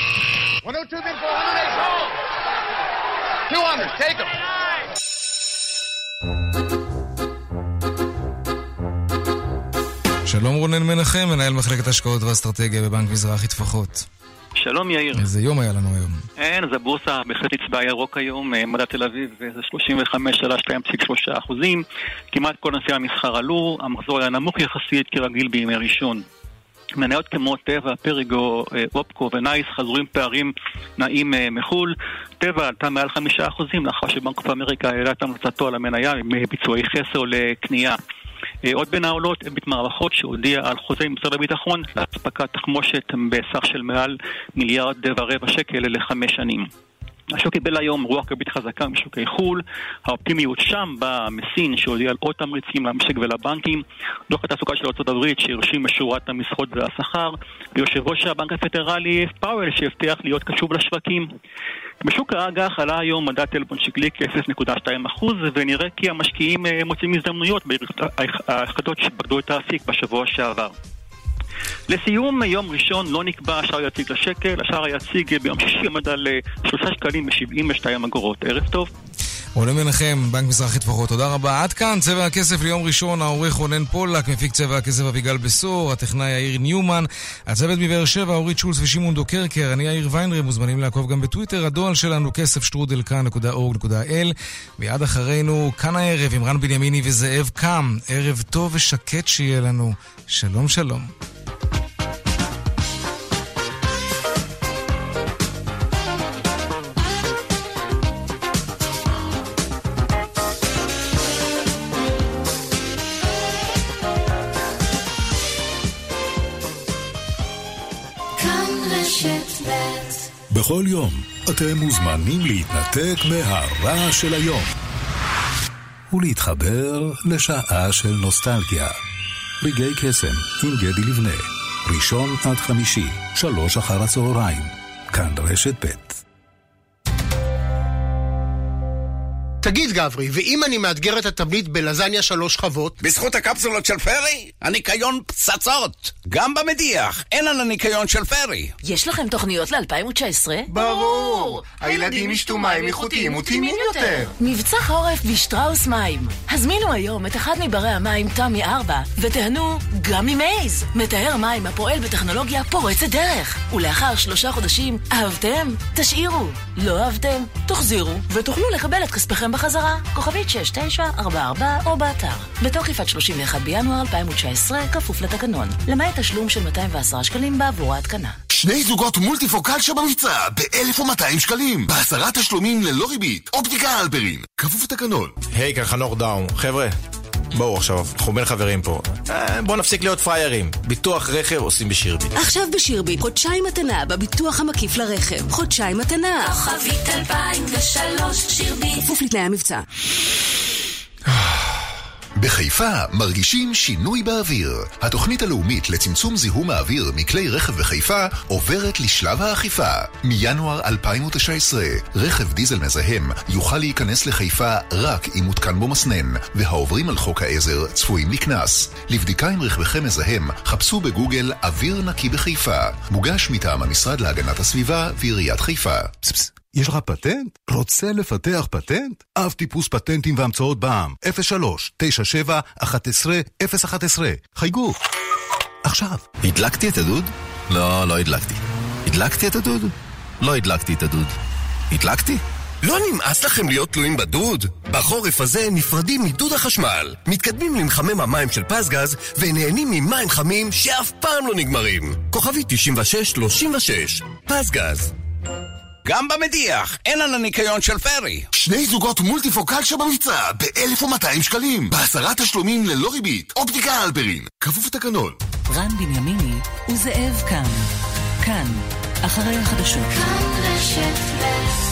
[SPEAKER 1] שלום רונן מנחם, מנהל מחלקת השקעות ואסטרטגיה בבנק מזרחי טפחות.
[SPEAKER 3] שלום יאיר.
[SPEAKER 1] איזה יום היה לנו היום?
[SPEAKER 3] אין, אז הבורסה בהחלט נצבע ירוק היום, מדד תל אביב זה שלושים וחמש נקודה שתיים שלושה אחוזים, כמעט כל נושאי המסחר עלו, המחזור היה נמוך יחסית כרגיל בימי ראשון. מניות כמו טבע, פריגו, אופקו ונייס חזרו עם פערים נעים מחול. טבע עלתה מעל חמישה אחוזים לאחר שבנק אוף אמריקה העלה את המלצתו על המניה עם ביצועי חסר לקנייה. עוד בין העולות ביט מערכות שהודיע על חוזה עם משרד הביטחון להספקת תחמושת בסך של מעל מיליארד ורבע שקל לחמש שנים. השוק קיבל היום רוח גבית חזקה משוקי חול, האופטימיות שם באה מסין שהודיע על עוד תמריצים למשק ולבנקים, דוח התעסוקה של ארצות הברית שהרשים משורת המשרות והשכר, ויושב ראש הבנק הפדרלי פאוול שהבטיח להיות קשוב לשווקים. בשוק האג"ח עלה היום מדד טלפון שקלי כ-אפס נקודה שתיים אחוז, ונראה כי המשקיעים מוצאים הזדמנויות ביחידות שפקדו את האפיק בשבוע שעבר. לסיום, יום ראשון לא נקבע השער יציג לשקל, השער היציג ביום שישי עמד על שלושה שקלים ושבעים ושתיים אגורות. ערב טוב.
[SPEAKER 1] רונן מנחם, בנק מזרחי טפחות, תודה רבה. עד כאן צבע הכסף ליום ראשון, העורך רונן פולק, מפיק צבע הכסף אביגל בסור, הטכנאי יאיר ניומן, הצוות מבאר שבע, אורית שולס ושמעון דוקרקר, אני יאיר ויינרם, מוזמנים לעקוב גם בטוויטר, הדואל שלנו כסף שטרודל כאן נקודה אורג נקודה איי אל, מיד אחרינו כאן הערב עם רן בנימיני וזאב קם, ערב טוב ושקט שיהיה לנו. שלום שלום.
[SPEAKER 11] בכל יום אתם מוזמנים להתנתק מהרעש של היום ולהתחבר לשעה של נוסטלגיה. רגעי קסם עם גדי לבנה, ראשון עד חמישי, שלוש אחר הצהריים, כאן רשת ב'.
[SPEAKER 6] תגיד גברי, ואם אני מאתגר את התבנית בלזניה שלוש שכבות?
[SPEAKER 24] בזכות הקפסולות של פרי, הניקיון פצצות. גם במדיח, אין על הניקיון של פרי.
[SPEAKER 5] יש לכם תוכניות ל-אלפיים תשע עשרה?
[SPEAKER 13] ברור! הילדים ישתו מים איכותיים וטעימים יותר.
[SPEAKER 5] מבצע חורף בשטראוס מים. הזמינו היום את אחד מברי המים תמי ארבע, ותהנו גם ממייז. מטהר מים הפועל בטכנולוגיה פורצת דרך. ולאחר שלושה חודשים, אהבתם? תשאירו. לא אהבתם? תחזירו, ותוכלו לקבל את כספכם בחזרה, כוכבית שש תשע ארבע ארבע או באתר. בתוקף עד שלושים ואחד בינואר אלפיים תשע עשרה, כפוף לתקנון. למעט תשלום של מאתיים ועשרה שקלים בעבור ההתקנה.
[SPEAKER 14] שני זוגות מולטיפוקל שבמבצע ב-אלף ומאתיים שקלים. בעשרה תשלומים ללא ריבית. אופטיקה אלפרין. כפוף לתקנון.
[SPEAKER 25] היי, כאן חנוך דאום. חבר'ה, בואו עכשיו, אנחנו בין חברים פה. בואו נפסיק להיות פריירים. ביטוח רכב עושים בשירביט.
[SPEAKER 26] עכשיו בשירביט, חודשיים מתנה בביטוח המקיף לרכב. חודשיים מתנה.
[SPEAKER 17] כוכבית אלפיים ושלוש שירביט.
[SPEAKER 26] כפוף לתנאי המבצע.
[SPEAKER 14] בחיפה מרגישים שינוי באוויר. התוכנית הלאומית לצמצום זיהום האוויר מכלי רכב בחיפה עוברת לשלב האכיפה. מינואר אלפיים ותשע עשרה, רכב דיזל מזהם יוכל להיכנס לחיפה רק אם מותקן בו מסנן, והעוברים על חוק העזר צפויים לקנס. לבדיקה עם רכבכם מזהם, חפשו בגוגל אוויר נקי בחיפה. מוגש מטעם המשרד להגנת הסביבה ועיריית חיפה.
[SPEAKER 11] פס, יש לך פטנט? רוצה לפתח פטנט? אב טיפוס פטנטים והמצאות בע"מ, אפס שלוש תשע שבע אחת עשרה אפס אחת עשרה. חייגו עכשיו.
[SPEAKER 7] הדלקתי את הדוד? לא, לא הדלקתי. הדלקתי את הדוד? לא הדלקתי את הדוד. הדלקתי? לא נמאס לכם להיות תלויים בדוד? בחורף הזה נפרדים מדוד החשמל. מתקדמים למחמם המים של פסגז ונהנים ממים חמים שאף פעם לא נגמרים. כוכבי תשעים ושש שלושים ושש. פסגז.
[SPEAKER 24] גם במדיח, אין על הניקיון של פרי.
[SPEAKER 14] שני זוגות מולטיפוקל שבמבצע ב-אלף ומאתיים שקלים. בעשרה תשלומים ללא ריבית. אופטיקה אלפרין. כפוף לתקנון.
[SPEAKER 5] רן בנימיני וזאב כאן. כאן, אחרי החדשות.
[SPEAKER 17] כאן רשת ב'